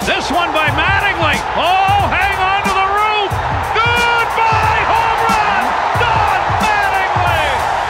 This one by Mattingly. Oh, hang on to the roof. Goodbye, home run. Don Mattingly.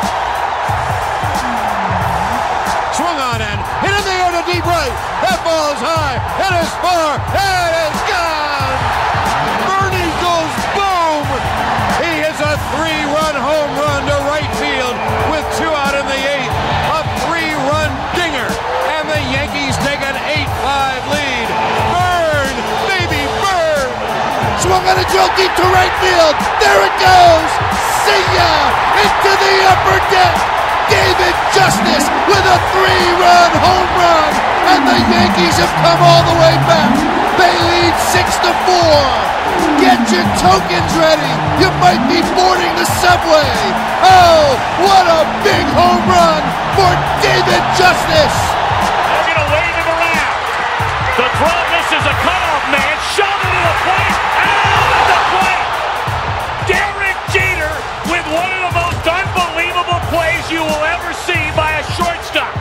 Swung on and hit in the air to deep right. That ball is high. It is far. It is gone. Bernie goes boom. He hits a 3-run home run to right field with 2 out in the 8th. A 3-run dinger. And the Yankees take an 8-5 lead. Burn, baby, burn. Swung on a drill deep to right field. There it goes. See ya. Into the upper deck. David Justice with a 3-run home run, and the Yankees have come all the way back. They lead 6-4. Get your tokens ready. You might be boarding the subway. Oh, what a big home run for David Justice. They're going to wave him around. The throw misses a cutoff man. Shot into the plate. Out at the plate. Derek Jeter with one of the most unbelievable plays you will ever see by a shortstop.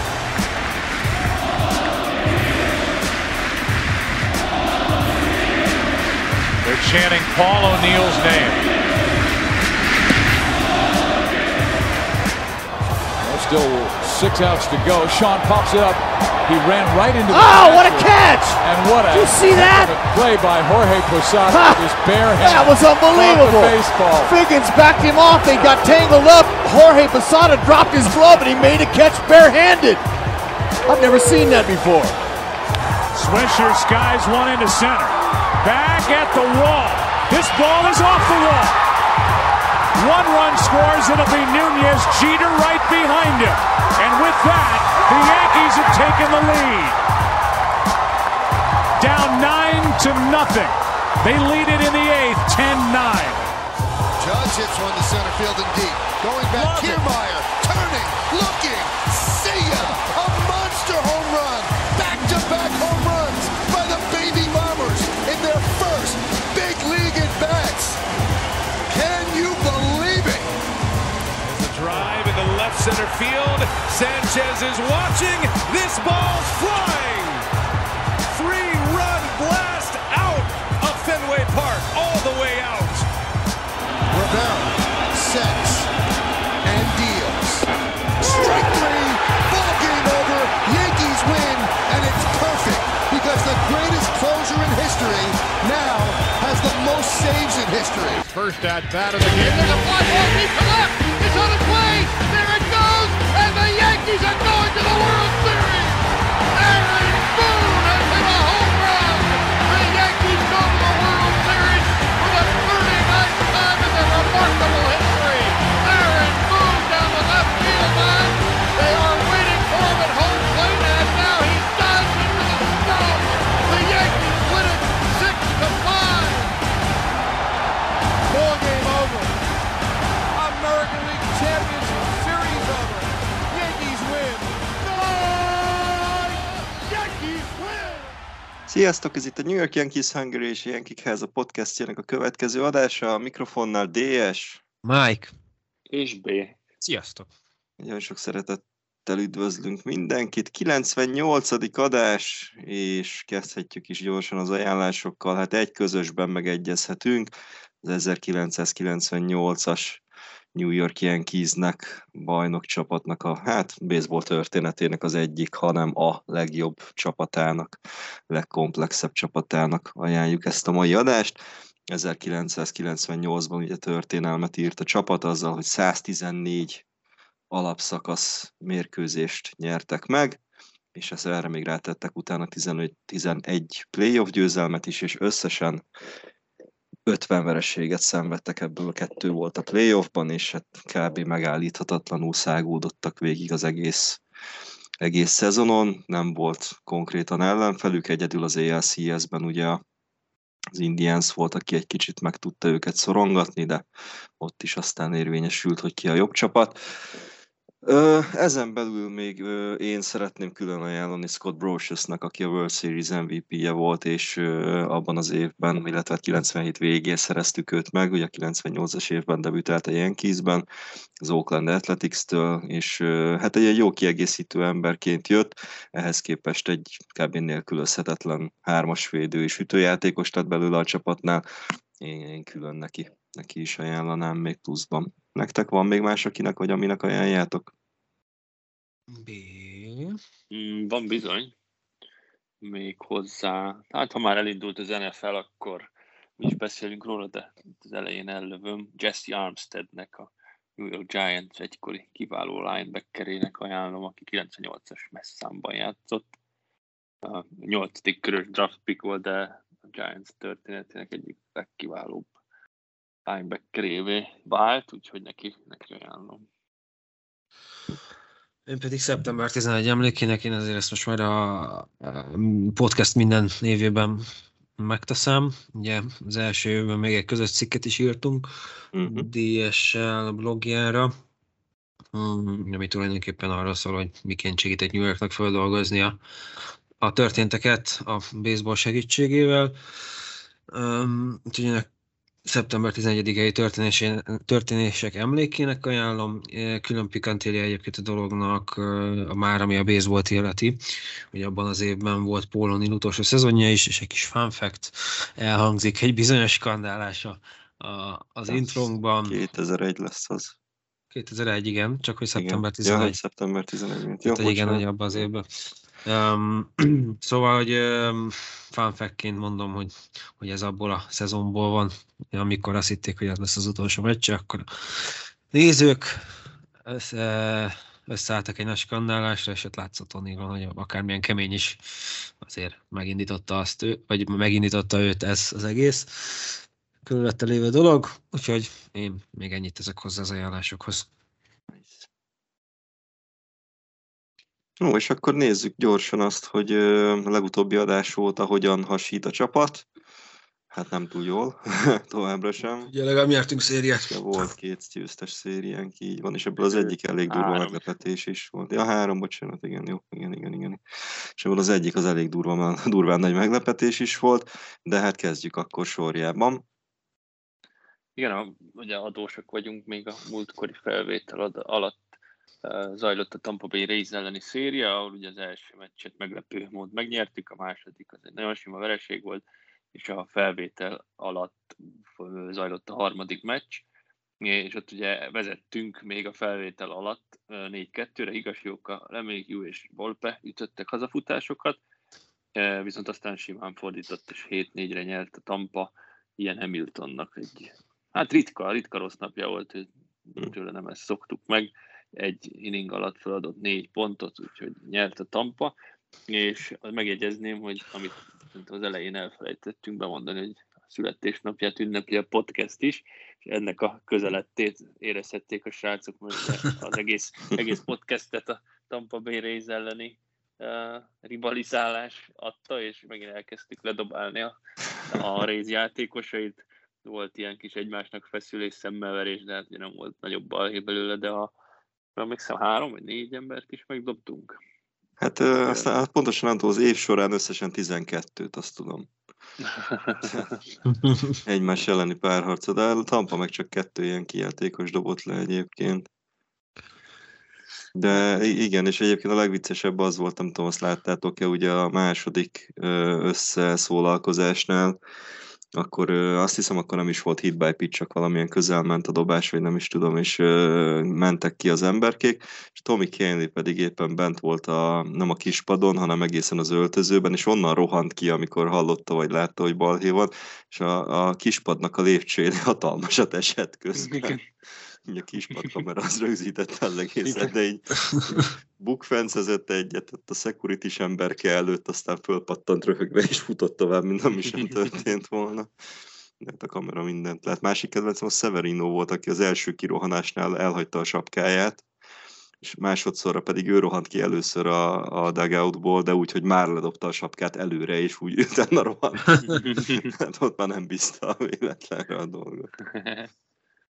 They're chanting Paul O'Neill's name. Still 6 outs to go. Sean pops it up. He ran right into the what a catch! And what a Did you see that? Play by Jorge Posada with his bare hand. That was unbelievable. Baseball. Figgins backed him off. They got tangled up. Jorge Posada dropped his glove and he made a catch barehanded. I've never seen that before. Swisher skies one into center. Back at the wall. This ball is off the wall. 1 run scores. It'll be Nunez. Jeter right behind him. And with that, the Yankees have taken the lead. Down 9-0. They lead it in the 8th, 10-9. Judge hits one to center field and deep. Going back, Kiermaier, turning, looking, see ya! A monster home run! Back-to-back home runs by the Baby Bombers in their first big league at-bats. Can you believe it? The drive in the left center field. Sanchez is watching. This ball's flying. 3-run blast out of Fenway Park, all the way out. Rivera sets and deals. Strike 3, ball game over. Yankees win, and it's perfect because the greatest closer in history now has the most saves in history. First at bat of the game. There's a fly ball deep to left. It's on its way. There it goes, and the Yankees are going to the World Series. Aaron Boone has hit a home run. The Yankees go to the World Series for the 39th time in their remarkable history. Aaron Boone down the left field line. They are waiting for him at home plate, and now he dives into the stone. The Yankees win it 6-5. Ball game over. American League Championship Series over. Yankees win. Yankees win. Sziasztok, ez itt a New York Yankees Hungary és Yankee House a podcastjának a következő adása. A mikrofonnál DS. Mike. És B. Sziasztok! Nagyon sok szeretettel üdvözlünk mindenkit. 98. adás, és kezdhetjük is gyorsan az ajánlásokkal. Hát egy közösben megegyezhetünk. Az 1998-as New York Yankeesnek, bajnok csapatnak baseball történetének az egyik, hanem a legjobb csapatának, legkomplexebb csapatának ajánljuk ezt a mai adást. 1998-ban ugye történelmet írt a csapat azzal, hogy 114 alapszakasz mérkőzést nyertek meg, és ezt erre még rátettek utána 11 playoff győzelmet is, és összesen 50 vereséget szenvedtek, ebből 2 volt a playoffban, és hát kb. Megállíthatatlanul szágódottak végig az egész szezonon. Nem volt konkrétan ellenfelük, egyedül az ALCS-ben ugye az Indians volt, aki egy kicsit meg tudta őket szorongatni, de ott is aztán érvényesült, hogy ki a jobb csapat. Ezen belül még én szeretném külön ajánlani Scott Brosiusnak, aki a World Series MVP-je volt, és abban az évben, illetve 97 végén szereztük őt meg, ugye a 98-as évben debütált a Yankeesben, az Oakland Athletics-től, és hát egy jó kiegészítő emberként jött, ehhez képest egy kb. Nélkülözhetetlen hármas védő és ütőjátékos lett belőle a csapatnál, én külön neki is ajánlanám még pluszban. Nektek van még más, akinek vagy aminek ajánljátok? Van bizony. Még hozzá, hát ha már elindult az NFL, akkor mi is beszélünk róla, de az elején ellövöm. Jesse Armsteadnek, a New York Giants egykori kiváló linebackerének ajánlom, aki 98-as messzámban játszott. A 8. körös draft pick volt, de a Giants történetének egyik legkiválóbb linebackerévé vált, úgyhogy neki ajánlom. Én pedig szeptember 11 emlékének, én azért ezt most már a podcast minden évében megteszem. Ugye az első évben még egy közös cikket is írtunk DSL blogjára, ami tulajdonképpen arra szól, hogy miként segített New Yorknak feldolgozni a történteket a baseball segítségével. Úgyhogy szeptember 11-i történések emlékének ajánlom. Külön pikantéria egyébként a dolognak, már ami a baseballt illeti. Ugye abban az évben volt Paul O'Neill utolsó szezonja is, és egy kis fun fact elhangzik egy bizonyos skandálás az intrónkban. 2001 lesz az. 2001, igen, csak hogy szeptember 11. Ja, szeptember 11. Jó, igen, hogy abban az évben. Szóval, hogy fun fact-ként mondom, hogy ez abból a szezonból van, amikor azt hitték, hogy ez lesz az utolsó meccse, akkor nézők összeálltak egy nagy skandálásra, és ott látszott O'Neillon, hogy akármilyen kemény is azért megindította őt ez az egész körülötte lévő dolog, úgyhogy én még ennyit teszek hozzá az ajánlásokhoz. No, és akkor nézzük gyorsan azt, hogy a legutóbbi adás óta hogyan hasít a csapat. Hát nem túl jól, továbbra sem. Ugye legalább nyertünk szériát. Ja, volt 2 győztes szériánk, így van, és ebből az egyik elég durva meglepetés is volt. Ja, 3, bocsánat, igen, jó, igen. És ebből az egyik az elég durván nagy meglepetés is volt, de hát kezdjük akkor sorjában. Igen, ugye adósak vagyunk, még a múltkori felvétel alatt zajlott a Tampa Bay Rays elleni széria, ahol ugye az első meccset meglepő mód megnyertük, a második az egy nagyon sima vereség volt, és a felvétel alatt zajlott a harmadik meccs, és ott ugye vezettünk még a felvétel alatt 4-2-re, Higashioka, LeMahieu és Volpe ütöttek hazafutásokat, viszont aztán simán fordított, és 7-4-re nyert a Tampa, ilyen Hamiltonnak egy, hát ritka rossz napja volt, tőle nem ezt szoktuk meg, egy inning alatt feladott 4 pontot, úgyhogy nyert a Tampa, és megjegyezném, hogy amit az elején elfelejtettünk bemondani, hogy a születésnapját ünnepli a podcast is, és ennek a közelettét érezhették a srácok, mert az egész podcastet a Tampa Bay Rays elleni rivalizálás adta, és megint elkezdtük ledobálni a Rays játékosait. Volt ilyen kis egymásnak feszülés, szemmelverés, de hát nem volt nagyobb balhé belőle, de emlékszem 3 vagy 4 embert is megdobtunk. Hát aztán pontosan nem tudom, az év során összesen 12-t, azt tudom. Egymás elleni párharca, de a Tampa meg csak 2 ilyen kijátékos dobott le egyébként. De igen, és egyébként a legviccesebb az volt, nem tudom, azt láttátok-e, ugye a második összeszólalkozásnál, akkor azt hiszem, akkor nem is volt hit by pitch, csak valamilyen közel ment a dobás, vagy nem is tudom, és mentek ki az emberkék, és Tommy Kahnle pedig éppen bent volt nem a kispadon, hanem egészen az öltözőben, és onnan rohant ki, amikor hallotta, vagy látta, hogy balhé van, és a kispadnak a lépcsőjén hatalmasat esett közben. Így a kispadkamera az rögzítette az egészet, de így bukfencezett egyet, ott a security-s emberke előtt, aztán fölpattant röhögve, és futott tovább, mint ami sem történt volna. De a kamera mindent lát. Másik kedvencem a Severino volt, aki az első kirohanásnál elhagyta a sapkáját, és másodszorra pedig ő rohant ki először a dugoutból, de úgy, hogy már ledobta a sapkát előre, és úgy utána rohant. Hát ott már nem bízta véletlenre a dolgot.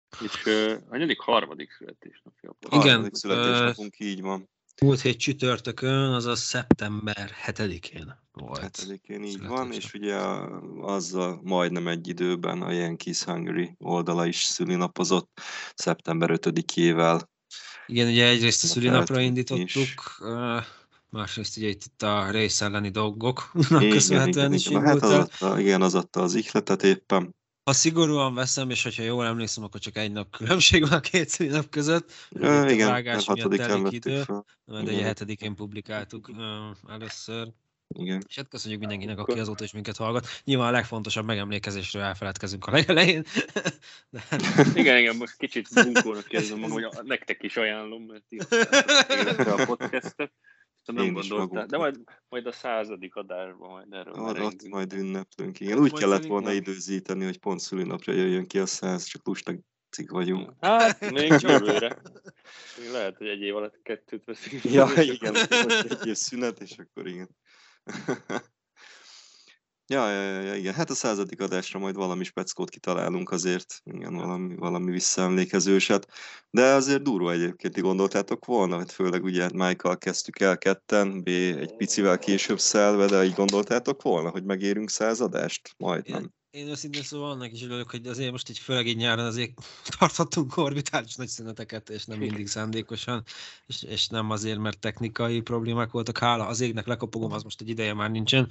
És hanyadik? Harmadik születésnapja. Igen. Harmadik születésnapunk, így van. Múlt hét csütörtökön, azaz szeptember 7-én volt. 7-én így van, és ugye azzal majdnem egy időben a Yankees Hungary oldala is szülinapozott szeptember 5-ével. Igen, ugye egyrészt a szülinapra indítottuk, másrészt ugye itt a rész elleni dolgoknak köszönhetően is indult el. Igen, az adta az ihletet éppen. Ha szigorúan veszem, és hogyha jól emlékszem, akkor csak egy nap különbség van a két szülinap között. Igen, a vágás miatt telik idő, de ugye 7-én publikáltuk először. Igen. És hát köszönjük mindenkinek, aki azóta is minket hallgat. Nyilván a legfontosabb megemlékezésről elfeledkezünk a legelején. De... igen, most kicsit bunkónak érzem, hogy nektek is ajánlom, mert illetve a podcastet. Nem gondoltál, de majd a 100. adásban majd erről ott majd ünneplünk. Igen. Úgy kellett volna időzíteni, hogy pont szülinapra jöjjön ki a 100, csak lustacik vagyunk. Hát, még jövőre. Lehet, hogy egy év alatt 2 veszünk. Ja, igen, egy év szünet, és akkor igen. Ja, igen. Hát a 100. adásra majd valami speckót kitalálunk azért, igen, valami visszaemlékezőset. De azért durva egyébként, gondoltátok volna, hogy főleg ugye Mike-kal kezdtük el ketten, B egy picivel később szelve, de így gondoltátok volna, hogy megérünk 100 adást? Majdnem. Én őszintén szóval annak is örülök, hogy azért most így főleg így nyáron azért tartottunk orbitális nagy szüneteket, és nem mindig szándékosan, és nem azért, mert technikai problémák voltak, hála az égnek lekopogom, az most egy ideje már nincsen,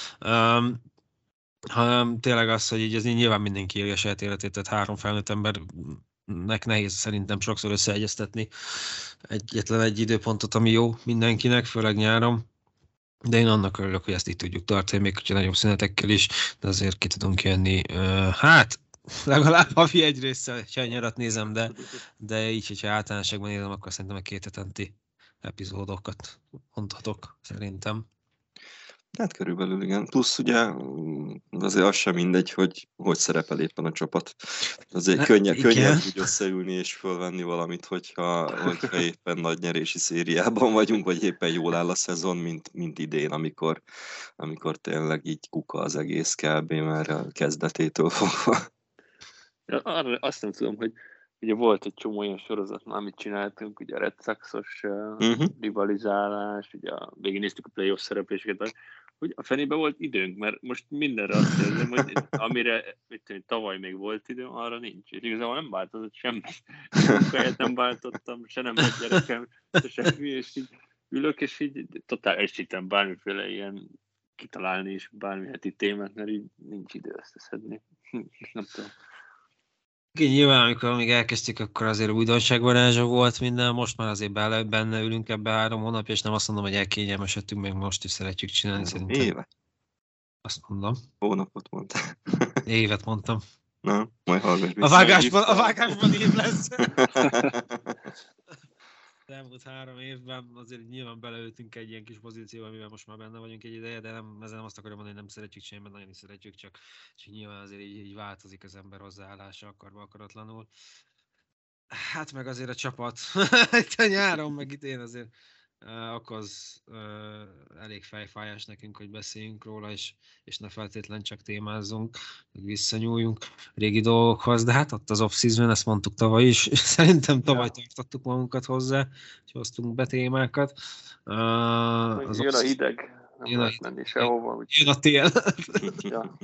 hanem tényleg az, hogy így ez nyilván mindenki éli a saját életét, tehát 3 felnőtt embernek nehéz szerintem sokszor összeegyeztetni egyetlen egy időpontot, ami jó mindenkinek, főleg nyáron. De én annak örülök, hogy ezt így tudjuk tartani, még hogyha nagyobb szünetekkel is, de azért ki tudunk jönni. Hát, legalább havi egy résszel, ha nyarat nézem, de így, hogyha általánosságban nézem, akkor szerintem a 2 hetenti epizódokat mondhatok, szerintem. Hát körülbelül igen. Plusz ugye azért az sem mindegy, hogy szerepel éppen a csapat. Azért könnyebb úgy összeülni és fölvenni valamit, hogyha éppen nagy nyerési szériában vagyunk, vagy éppen jól áll a szezon, mint idén, amikor tényleg így kuka az egész kb. Már a kezdetétől fogva. Ja, azt nem tudom, hogy ugye volt egy csomó olyan sorozat, amit csináltunk, ugye a Red Sox-os rivalizálás, ugye végén néztük a playoff szerepléseket, hogy a fenébe volt időnk, mert most mindenre azt érzem, hogy amire tavaly még volt időm, arra nincs. És igazából nem változott semmi. Munkáját nem váltottam, se nem lett gyerekem, se semmi, és így ülök, és így totál esítem bármiféle ilyen kitalálni is bármi heti témát, mert így nincs idő összeszedni. Nem tudom. Igen, nyilván, amikor még elkezdtük, akkor azért újdonságvarázsa volt minden, most már azért benne ülünk ebbe 3 hónapja, és nem azt mondom, hogy elkényelmesedtünk, meg most is szeretjük csinálni, szerintem. Éve? Azt mondom. Hónapot mondtál. Évet mondtam. Na, majd hallgass vissza. A vágásban év lesz. Az elmúlt 3 évben azért nyilván beleültünk egy ilyen kis pozícióba, amivel most már benne vagyunk egy ideje, de ezzel nem azt akarom mondani, hogy nem szeretjük csinálni, mert nagyon is szeretjük, csak nyilván azért így változik az ember hozzáállása akarva akaratlanul. Hát meg azért a csapat itt a nyáron, meg itt én azért okoz elég fejfájás nekünk, hogy beszéljünk róla, és ne feltétlen csak témázzunk, meg visszanyúljunk régi dolgokhoz, de hát ott az off-season, ezt mondtuk tavaly is, szerintem tavaly tartottuk magunkat hozzá, és hoztunk be témákat. Jön a hideg, nem lehet menni sehova. Jön a tél. Ja.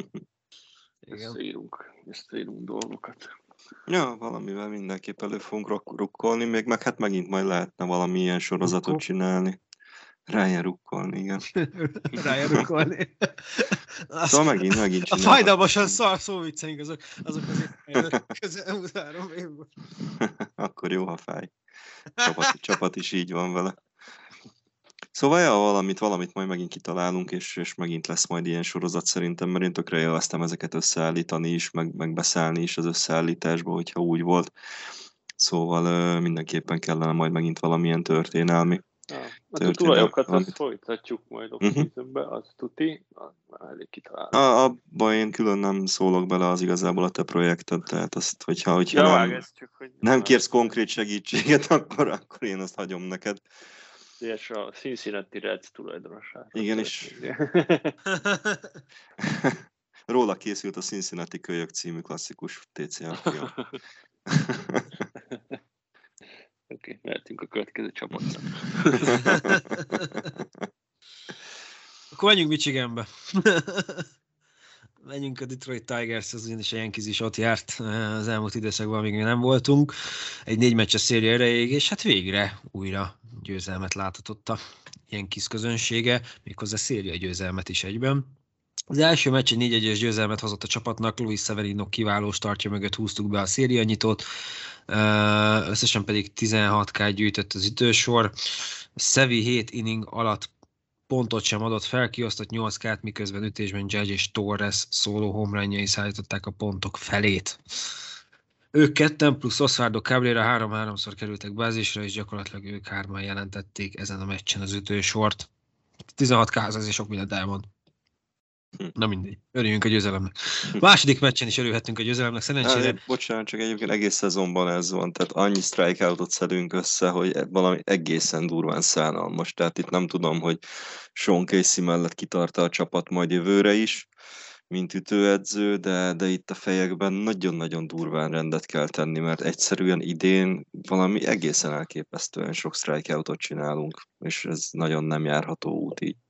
Összeírunk dolgokat. Ja, valamivel mindenképp elő fogunk rukkolni, meg hát megint majd lehetne valami ilyen sorozatot csinálni. Rájön rukkolni, igen. Rájön rukkolni. Szóval megint csinálni. A fájdalmasan szar szóvicceink azok azért közel 3 évben. Akkor jó, ha fáj. Csapat is így van vele. Szóval ja, valamit majd megint kitalálunk, és megint lesz majd ilyen sorozat szerintem, mert én tökre élveztem ezeket összeállítani is, meg beszállni is az összeállításba, hogyha úgy volt. Szóval mindenképpen kellene majd megint valamilyen történelmi. Hát a tulajokat azt folytatjuk majd off-seasonbe, az tuti, elég kitalálni. Abba én külön nem szólok bele, az igazából a te projekted, tehát azt, hogyha nem kérsz konkrét segítséget, akkor én azt hagyom neked. És a Cincinnati Reds tulajdonosát. Igen, és róla készült a Cincinnati Kölyök című klasszikus TCL film. Oké, mehetünk a következő csapatra. Akkor menjünk Michiganbe. Menjünk a Detroit Tigers-hez, ugyanis a Yankees is ott járt az elmúlt időszakban, amíg mi nem voltunk. Egy 4 meccses széria erejéig, és hát végre újra győzelmet láthatott a Yankees közönsége, méghozzá széria győzelmet is egyben. Az első meccs egy 4-1-es győzelmet hozott a csapatnak, Luis Severino kiváló startja mögött húztuk be a szérianyitót, összesen pedig 16K gyűjtött az ütősor. Sevi 7 inning alatt pontot sem adott fel, kiosztott 8K-t, miközben ütésben Judge és Torres szóló homerunjai szállították a pontok felét. Ők ketten plusz Osvaldo Cabrera 3-3-szor kerültek bázisra, és gyakorlatilag ők 3-an jelentették ezen a meccsen az ütősort. 16K az azért sok mindent elmond. Na mindegy, örüljünk a győzelemnek. Második meccsen is örülhetünk a győzelemnek, szerencsére. Bocsánat, csak egyébként egész szezonban ez van, tehát annyi strikeoutot szedünk össze, hogy valami egészen durván szánalmas. Tehát itt nem tudom, hogy Sean Casey mellett kitart a csapat majd jövőre is, mint ütőedző, de itt a fejekben nagyon-nagyon durván rendet kell tenni, mert egyszerűen idén valami egészen elképesztően sok strikeoutot csinálunk, és ez nagyon nem járható út így.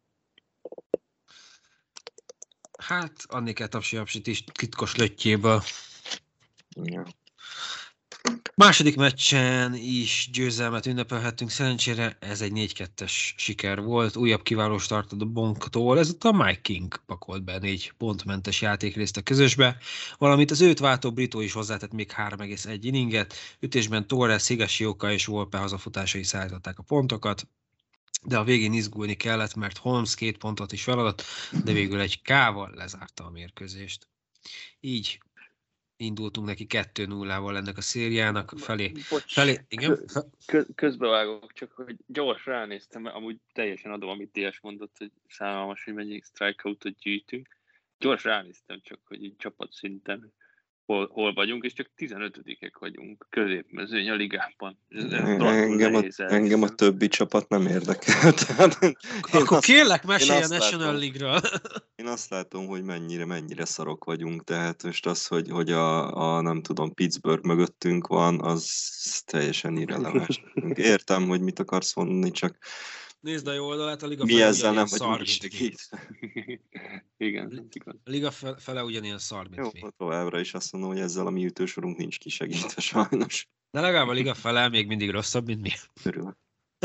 Hát, adni kell tapsi-apsit is titkos löttyéből. Ja. Második meccsen is győzelmet ünnepelhettünk, szerencsére ez egy 4-2-es siker volt, újabb kiváló startod a Bonktól, ezúttal Mike King pakolt be 4 pontmentes játékrészt a közösbe, valamint az őt váltó Brito is hozzátett még 3,1 inninget, ütésben Torres, Higashioka és Volpe hazafutásai szállították a pontokat, de a végén izgulni kellett, mert Holmes 2 pontot is feladott, de végül egy K-val lezárta a mérkőzést. Így indultunk neki 2-0-val ennek a szériának felé. Igen? Közbevágok, csak hogy gyors ránéztem, mert amúgy teljesen adom, amit Díjas mondott, hogy szánalmas, hogy mennyi strikeoutot gyűjtünk. Gyors ránéztem csak, hogy így csapatszinten hol vagyunk, és csak 15-ek vagyunk középmezőny a ligában. Engem a többi csapat nem érdekel. Akkor kérlek, mesélj a National League-ről. Én azt látom, hogy mennyire szarok vagyunk, tehát most az, hogy a nem tudom, Pittsburgh mögöttünk van, az teljesen irreleváns. Értem, hogy mit akarsz mondani, csak nézd a jó oldalát, a liga mi ezzel nem vagyunk segít. Igen. A liga fele ugyanilyen szar, mint jó, továbbra is azt mondom, hogy ezzel a mi ütősorunk nincs kisegítve sajnos. De legalább a liga fele még mindig rosszabb, mint mi. Örülök.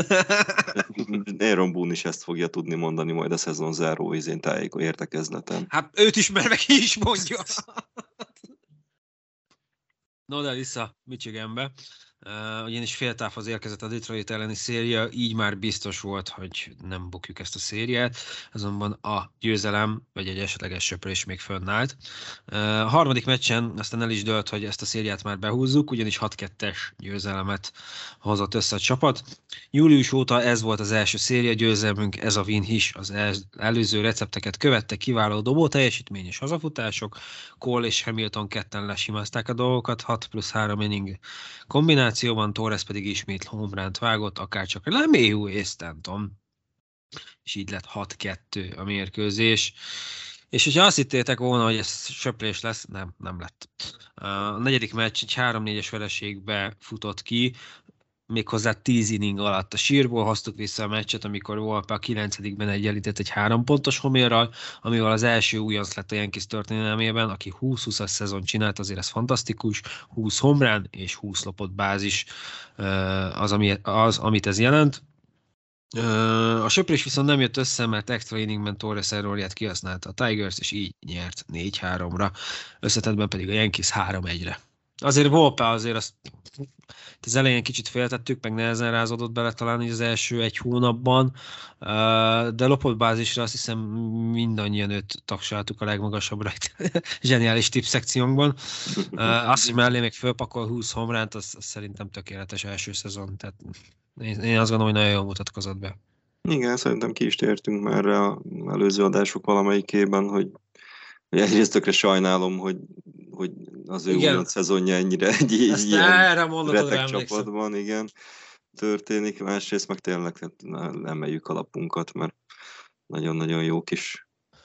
Aaron Boone is ezt fogja tudni mondani majd a szezon záró értekezleten. Hát őt ismerve ki is mondja. No, de vissza Michiganbe. Ugyanis féltávhoz érkezett a Detroit elleni széria, így már biztos volt, hogy nem bukjuk ezt a szériát, azonban a győzelem, vagy egy esetleges söprés még fönnállt. A harmadik meccsen aztán el is dőlt, hogy ezt a szériát már behúzzuk, ugyanis 6-2-es győzelemet hozott össze a csapat. Július óta ez volt az első széria győzelmünk, ez a win is az előző recepteket követte, kiváló dobó teljesítmény és hazafutások, Cole és Hamilton ketten lesimázták a dolgokat, 6+3 inning kombinációban, Torres pedig ismét home runt vágott, akárcsak LeMahieu és Stanton. És így lett 6-2 a mérkőzés. És hogyha azt hittétek volna, hogy ez söprés lesz, nem lett. A negyedik meccs egy 3-4-es vereségbe futott ki, méghozzá 10 inning alatt. A sírból hoztuk vissza a meccset, amikor Volpe a 9-ben egyenlített egy 3 pontos homérral, amivel az első újonc lett a Yankees történelmében, aki 20-20-as szezon csinált, azért ez fantasztikus, 20 home run és 20 lopott bázis az, amit ez jelent. A söprés viszont nem jött össze, mert extra inningben Torres errorját kihasználta a Tigers, és így nyert 4-3-ra, összetettben pedig a Yankees 3-1-re. Azért Volpe azt az elején kicsit féltettük, meg nehezen rázódott bele talán így az első egy hónapban, de lopott bázisra azt hiszem mindannyian őt tagsáltuk a legmagasabbra zseniális tip szekciónkban. Azt, hogy mellé még fölpakol 20 home runt, az szerintem tökéletes első szezon, tehát én azt gondolom, hogy nagyon jól mutatkozott be. Igen, szerintem ki is tértünk már az előző adások valamelyikében, hogy egyrészt tökre sajnálom, hogy az ő újonc szezonja ennyire egy ilyen retek csapatban, igen, történik. Másrészt meg tényleg emeljük alapunkat, mert nagyon-nagyon jó kis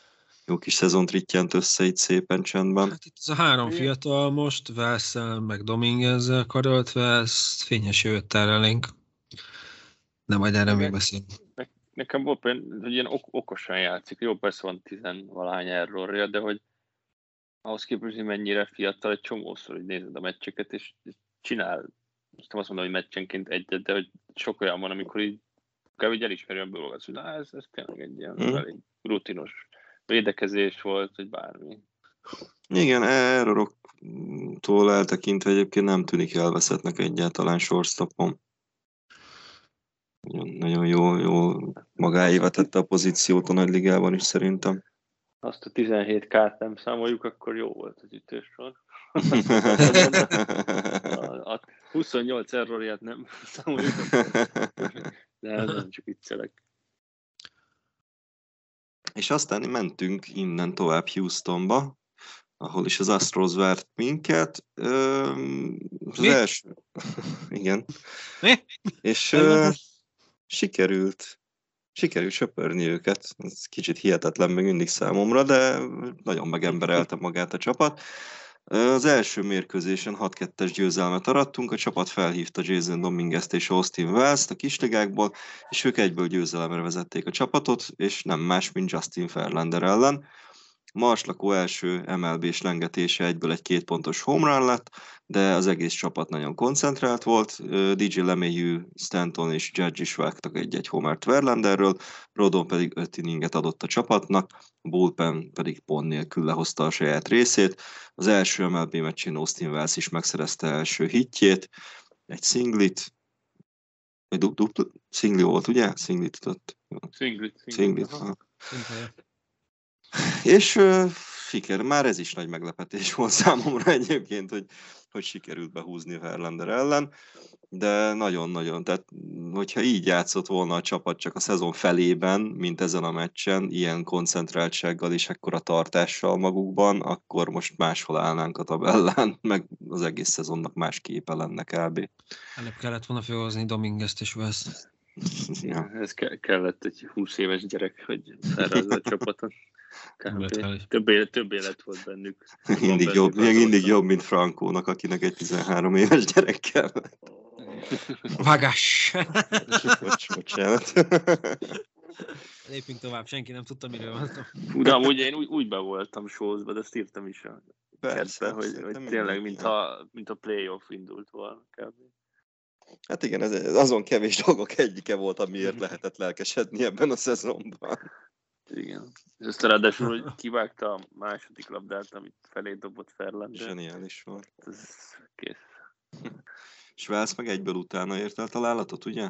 jó kis szezont rittyent össze itt szépen csendben. Hát itt ez a 3 fiatal most, Velszel, meg Dominguezzel karöltve, ez fényes jövőt elénk. De majd erre még beszélünk. Nekem volt például, hogy ilyen okosan játszik. Jó, persze van 10-valahány errorja, de hogy ahhoz képest, hogy mennyire fiatal, egy csomószor, hogy nézed a meccseket, és csinál, most nem azt mondom, hogy meccsenként egyet, de hogy sok olyan van, amikor így kb. Elismeri a dolgot, hogy ez tényleg egy ilyen elég rutinos védekezés volt, vagy bármi. Igen, erroroktól eltekintve egyébként nem tűnik elveszettnek egyáltalán shortstopon. Nagyon jó magáévá tette a pozíciót a nagyligában is szerintem. Azt a 17 K-t nem számoljuk, akkor jó volt az ütősor. A 28 errorját nem számoljuk, de nem csak viccelek. És aztán mentünk innen tovább Houstonba, ahol is az Astros várt minket. Az első... Igen. Mi? És sikerült söpörni őket. Ez kicsit hihetetlen még mindig számomra, de nagyon megemberelte magát a csapat. Az első mérkőzésen 6-2-es győzelmet arattunk, a csapat felhívta Jason Dominguez-t és Austin Wells-t a kisligákból, és ők egyből győzelemre vezették a csapatot, és nem más, mint Justin Verlander ellen. Marslakó első MLB-s lengetése egyből egy 2 pontos home run lett, de az egész csapat nagyon koncentrált volt. DJ LeMahieu, Stanton és Judge is vágtak egy homert Verlanderről, Rodon pedig 5 inninget adott a csapatnak, Bullpen pedig pont nélkül lehozta a saját részét. Az első MLB meccsén Austin Wells is megszerezte első hitjét, egy szinglit, szingli volt, ugye? Szinglit tudott. Szinglit. És siker, már ez is nagy meglepetés volt számomra egyébként, hogy sikerült behúzni Verlander ellen, de nagyon-nagyon, tehát hogyha így játszott volna a csapat csak a szezon felében, mint ezen a meccsen, ilyen koncentráltsággal és ekkora tartással magukban, akkor most máshol állnánk a tabellán, meg az egész szezonnak más képe lenne kb. Előbb kellett volna felhozni Dominguez-t és Wells. Ja. Ez kellett egy 20 éves gyerek, hogy felrázza a csapatot. Több élet volt bennük. Mindig jobb, mint Frankónak, akinek egy 13 éves gyerek kell. Vágás! Bocsánat. Lépjünk tovább, senki nem tudta, miről van. De amúgy én úgy be voltam showzba, de ezt írtam is a kertbe, hogy tényleg, mint a playoff indult volna. Hát igen, ez azon kevés dolgok egyike volt, amiért lehetett lelkesedni ebben a szezonban. Igen. És azt ráadásul, hogy kivágta a második labdát, amit felé dobott Verlander. Zseniális volt. Ez kész. És Wells meg egyből utána ért el találatot, ugye?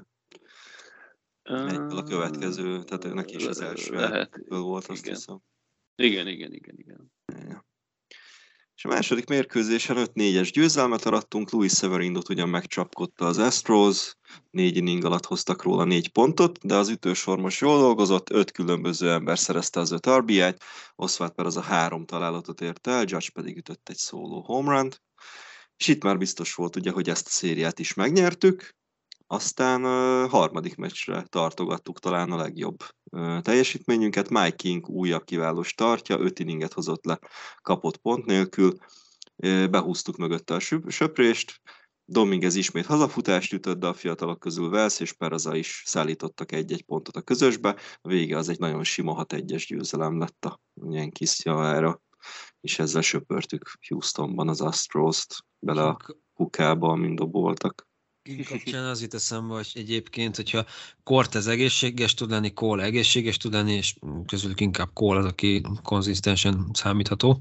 Egyből a következő, tehát neki is az első elből volt, azt hiszem. Igen. Ja. És a második mérkőzésen 5-4-es győzelmet arattunk, Luis Severindot ugyan megcsapkodta az Astros, 4 inning alatt hoztak róla 4 pontot, de az ütősor most jól dolgozott, 5 különböző ember szerezte az 5 RBI-t, Oswalt per az a 3 találatot ért el, Judge pedig ütött egy szóló home run-t, és itt már biztos volt ugye, hogy ezt a szériát is megnyertük, aztán harmadik meccsre tartogattuk talán a legjobb teljesítményünket. Mike King újabb kiváló startja, 5 inninget hozott le, kapott pont nélkül, behúztuk mögötte a söprést, Dominguez ismét hazafutást ütött, de a fiatalok közül Wells és Peraza is szállítottak 1-1 pontot a közösbe. A vége az egy nagyon sima 6-1-es győzelem lett a Yankees javára, és ezzel söpörtük Houstonban az Astros-t bele a kukába, amin doboltak. Kapcsán az jut eszembe, hogy egyébként, hogyha Cortez egészséges tud lenni, Cole egészséges tud lenni, és közülük inkább Cole az, aki konzisztensen számítható.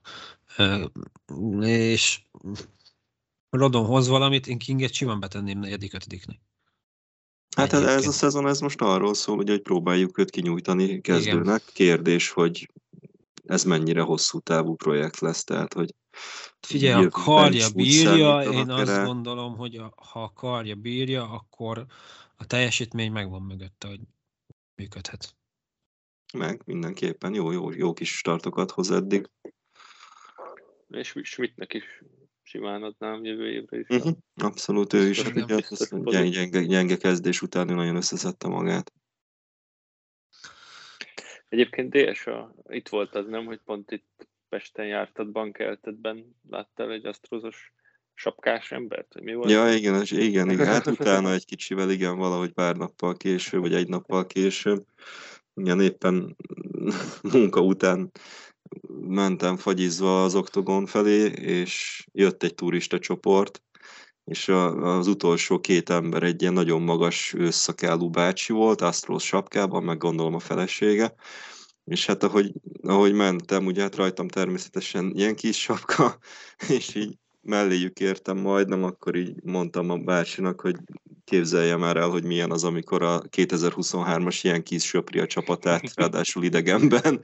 És Rodon hoz valamit, én Kinget simán betenném 4.-5-nek. Hát ez a szezon ez most arról szól, hogy próbáljuk őt kinyújtani kezdőnek. Igen. Kérdés, hogy ez mennyire hosszú távú projekt lesz, tehát hogy figyelj, ha karja bírja, én azt gondolom, hogy ha a karja bírja, akkor a teljesítmény megvan mögötte, hogy működhet. Meg mindenképpen jó kis startokat hoz eddig. És Schmidtnek is simán adnám jövő évre is. Abszolút, ő is. Gyenge kezdés után ő nagyon összeszedte magát. Egyébként DSA, itt volt az, nem, hogy pont itt Pesten jártad Bankeltetben, láttál egy asztrozos sapkás embert, hogy mi volt? Ja, igen. Hát utána egy kicsivel, igen, valahogy pár nappal később, vagy egy nappal később. Igen, éppen munka után mentem fagyizva az Oktogon felé, és jött egy turista csoport, és az utolsó két ember egy ilyen nagyon magas ősszakálú bácsi volt, asztros sapkában, meg gondolom a felesége, és hát ahogy mentem, ugye hát rajtam természetesen ilyen kis sapka, és így melléjük értem majdnem, akkor így mondtam a bácsinak, hogy képzelje már el, hogy milyen az, amikor a 2023-as ilyen kis söpri a csapatát, ráadásul idegenben.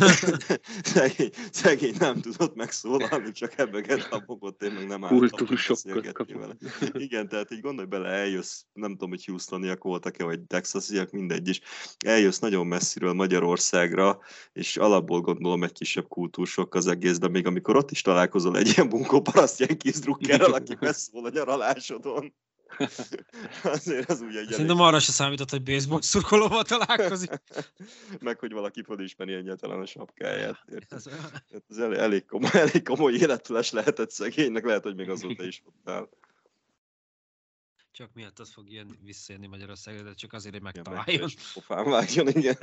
szegény nem tudott megszólalni, csak ebbeket a bogott, én meg nem álltam beszélgetni vele. Igen, tehát így gondolj bele, eljössz, nem tudom, hogy Houstoniak voltak-e, vagy Texasiak, mindegy is, eljössz nagyon messziről Magyarországra, és alapból gondolom egy kisebb kultúrsok az egész, de még amikor ott is találkozol egy ilyen bunkóparaszt Yankees drukkerrel, aki beszól a nyaralásodon. Azért az úgy egy Szerintem arra se számított, hogy baseball szurkolóval találkozik. Meg, hogy valaki felismeri egyáltalán a sapkáját. Ez elég komoly élettudás lehetett szegénynek, lehet, hogy még azóta is ott. Csak miatt az fog visszajönni Magyarországra, de csak azért, hogy megtaláljon. Pofán vágjon, igen.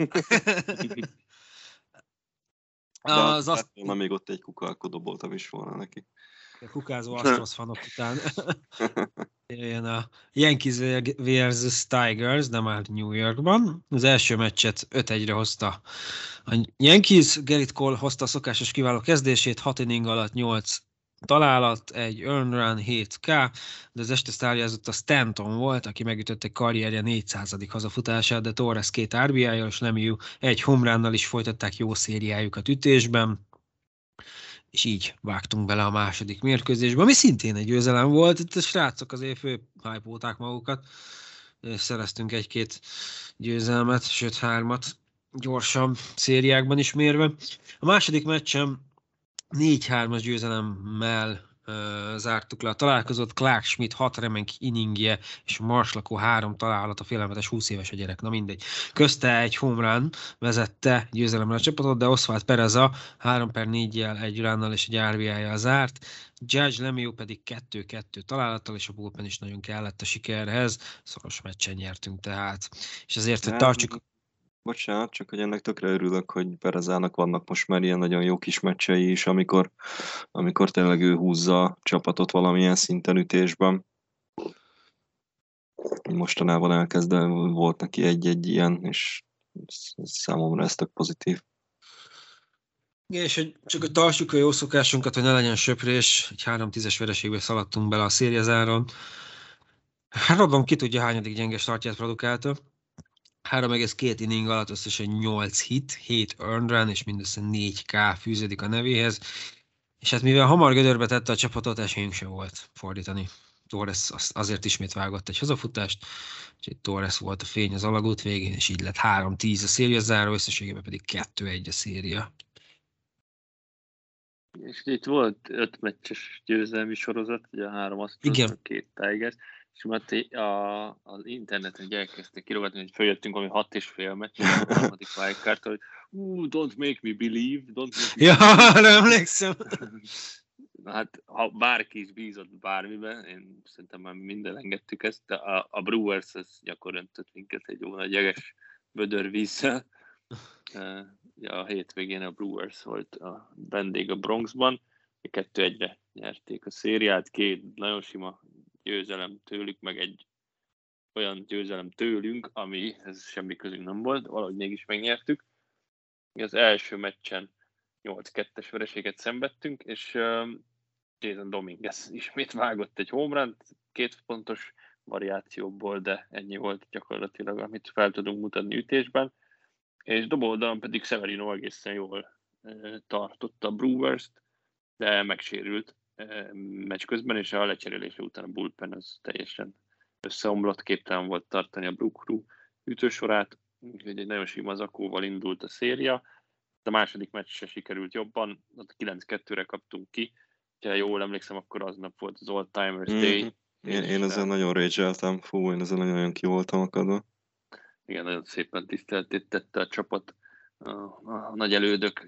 Még ott egy kukalkodó boltam is volna neki. A kukázó Astros fanok után jön a Yankees vs. Tigers, de már New Yorkban. Az első meccset 5-1-re hozta a Yankees. Gerrit Cole hozta a szokásos kiváló kezdését, 6 inning alatt 8 találat, egy earned run, 7K, de az este sztárjázott a Stanton volt, aki megütötte karrierje 400. hazafutását, de Torres 2 RBI-jal és Lemieux egy home runnal is folytatták jó szériájukat ütésben, és így vágtunk bele a második mérkőzésbe, ami szintén egy győzelem volt. Itt a srácok azért főhype-olták magukat, és szereztünk 1-2 győzelmet, sőt 3-at gyorsan szériákban is mérve. A második meccsem 4-3-as győzelemmel zártuk le a találkozót. Clark Schmidt 6 remek inningje, és Marslakó 3 találat, a félelmetes 20 éves a gyerek, na mindegy. Közte egy home run vezette győzelemre a csapatot, de Oswald Pereza 3/4-jel, egy runnal és egy RBI-jal zárt. Judge Lemieux pedig 2-2 találattal, és a bullpen is nagyon kellett a sikerhez. Szoros meccsen nyertünk tehát. És ezért, hogy tartsuk... Bocsánat, csak hogy ennek tökre örülök, hogy Perezának vannak most már ilyen nagyon jó kis meccsei is, amikor tényleg ő húzza a csapatot valamilyen szinten ütésben. Mostanában elkezdve volt neki egy ilyen, és számomra ez tök pozitív. Igen, és hogy csak hogy tartsuk a jó szokásunkat, hogy ne legyen söprés, egy 3-10-es vereségbe szaladtunk bele a szériazáron. Rodon ki tudja, hányadik gyenge startját produkálta. 3,2 inning alatt összesen 8 hit, 7 earned run, és mindössze 4K fűződik a nevéhez. És hát mivel hamar gödörbe tette a csapatot, esélyünk sem volt fordítani. Torres azért ismét vágott egy hazafutást, úgyhogy Torres volt a fény az alagút végén, és így lett 3-10 a széria záró, összességében pedig 2-1 a széria. És itt volt 5 meccses győzelmi sorozat, ugye a 3 Astros, a 2 Tigers, és Mati az interneten elkezdték kirogatni, hogy följöttünk valami 6,5 meccs, a harmadik wildcard-tól, hogy don't make me believe, Ja, emlékszem. Hát, ha bárki is bízott bármiben, én szerintem már minden engedtük ezt, de a Brewers ez gyakor öntött minket egy jó nagy jeges bödörvízzel. A hétvégén a Brewers volt a vendég a Bronxban, 2-1-re nyerték a szériát, 2 nagyon sima győzelem tőlük, meg egy olyan győzelem tőlünk, amihez semmi közünk nem volt, valahogy mégis megnyertük. Az első meccsen 8-2-es vereséget szenvedtünk, és Jason Dominguez ismét vágott egy home runt, 2 pontos variációból, de ennyi volt gyakorlatilag, amit fel tudunk mutatni ütésben. És dobóoldalon pedig Severino egészen jól tartotta a Brewers-t, de megsérült meccs közben, és a lecserélése után a bullpen az teljesen összeomlott, képtelen volt tartani a Brook Crew ütősorát, úgyhogy egy nagyon sima zakóval indult a széria. A második meccs se sikerült jobban, ott 9-2-re kaptunk ki, ha jól emlékszem, akkor aznap volt az All Timers Day. Én ezzel nagyon rage-eltem, én ezzel nagyon ki voltam akadva. Igen, nagyon szépen tiszteletét tette a csapat a nagy elődök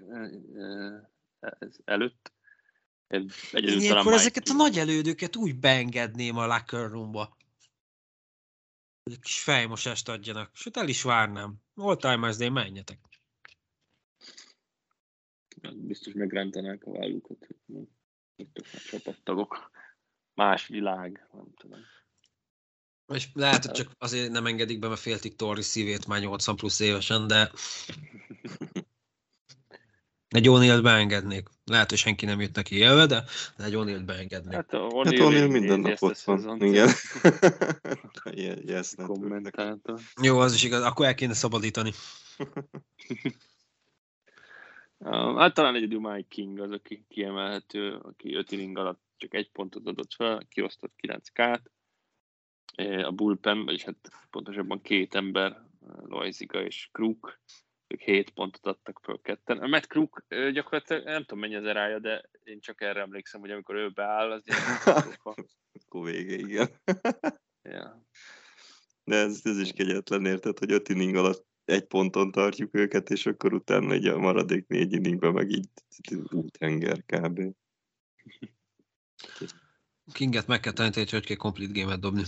előtt. Én akkor ezeket a nagy elődöket úgy beengedném a locker roomba. Hogy egy kis fejmosást adjanak. Sőt, el is várnám. All-timers day, menjetek. Biztos megrántanák a vállukat. Itt a csapattagok. Más világ, nem tudom. És lehet, hogy csak azért nem engedik be, mert féltik Torri szívét már 80 plusz évesen, de egy O'Neillt beengednék. Lehet, hogy senki nem jött neki élve, de egy O'Neillt beengednék. Hát O'Neill minden nap ott van. Igen. Kommentátor. Jó, az is igaz. Akkor el kéne szabadítani. Hát talán egyedül Mike King az, aki kiemelhető, aki 5 inning alatt csak 1 pontot adott fel, kiosztott 9K-t. A bullpen, vagyis hát pontosabban 2 ember, Loiziga és Kruk, ők 7 pontot adtak föl ketten. A Matt Kruk gyakorlatilag nem tudom mennyi az erája, de én csak erre emlékszem, hogy amikor ő beáll, az ilyen akkor vége, igen. Ja. De ez is kegyetlen, érted, hogy 5 inning alatt 1 ponton tartjuk őket, és akkor utána egy a maradék 4 inningben meg így úthenger kb. Kinget meg kell tanítani, hogy kell complete game-et dobni.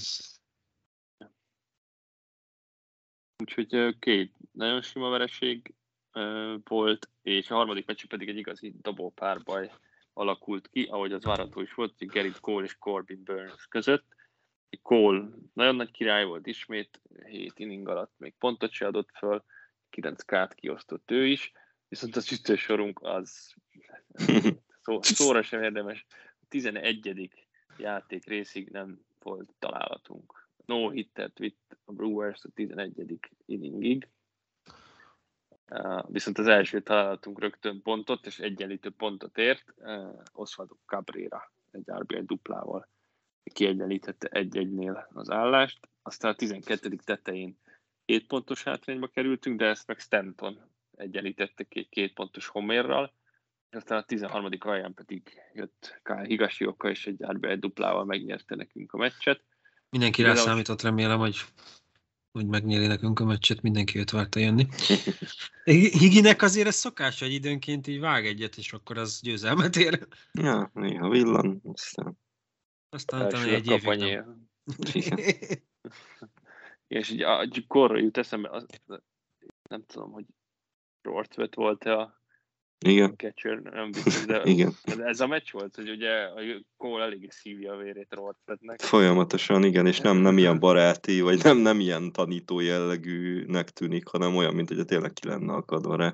Úgyhogy 2 nagyon sima vereség volt, és a harmadik meccs pedig egy igazi dobópárbaj alakult ki, ahogy az várható is volt, hogy Gerrit Cole és Corbin Burns között. Cole nagyon nagy király volt ismét, 7 inning alatt még pontot se adott föl, 9K-t kiosztott ő is, viszont az ütősorunk az szóra sem érdemes. 11. játék részig nem volt találatunk. No hittet vitt a Brewers a 11. inningig. Viszont az első találatunk rögtön pontot, és egyenlítő pontot ért. Osvaldo Cabrera egy RBI duplával kiegyenlítette 1-1-nél az állást. Aztán a 12. tetején 7 pontos hátrányba kerültünk, de ezt meg Stanton egyenlítette ki egy 2 pontos homérral. Aztán a 13. alján pedig jött Kyle Higashioka, és egy RBI duplával megnyerte nekünk a meccset. Mindenki rá számított, remélem, hogy megnyeri nekünk a meccset, mindenki őt várta jönni. Higinek azért ez szokás, hogy időnként így vág egyet, és akkor az győzelmet ér. Ja, néha villan, aztán talán egy évig nem. És így a korra jut eszembe, nem tudom, hogy Rortvet volt-e a catcher, nem biztos, de ez a meccs volt, hogy ugye a Cole eléggé szívja a vérét Rortvetnek. Folyamatosan, igen, és nem ilyen baráti, vagy nem ilyen tanító jellegűnek tűnik, hanem olyan, mint hogy tényleg ki lenne akadva rá.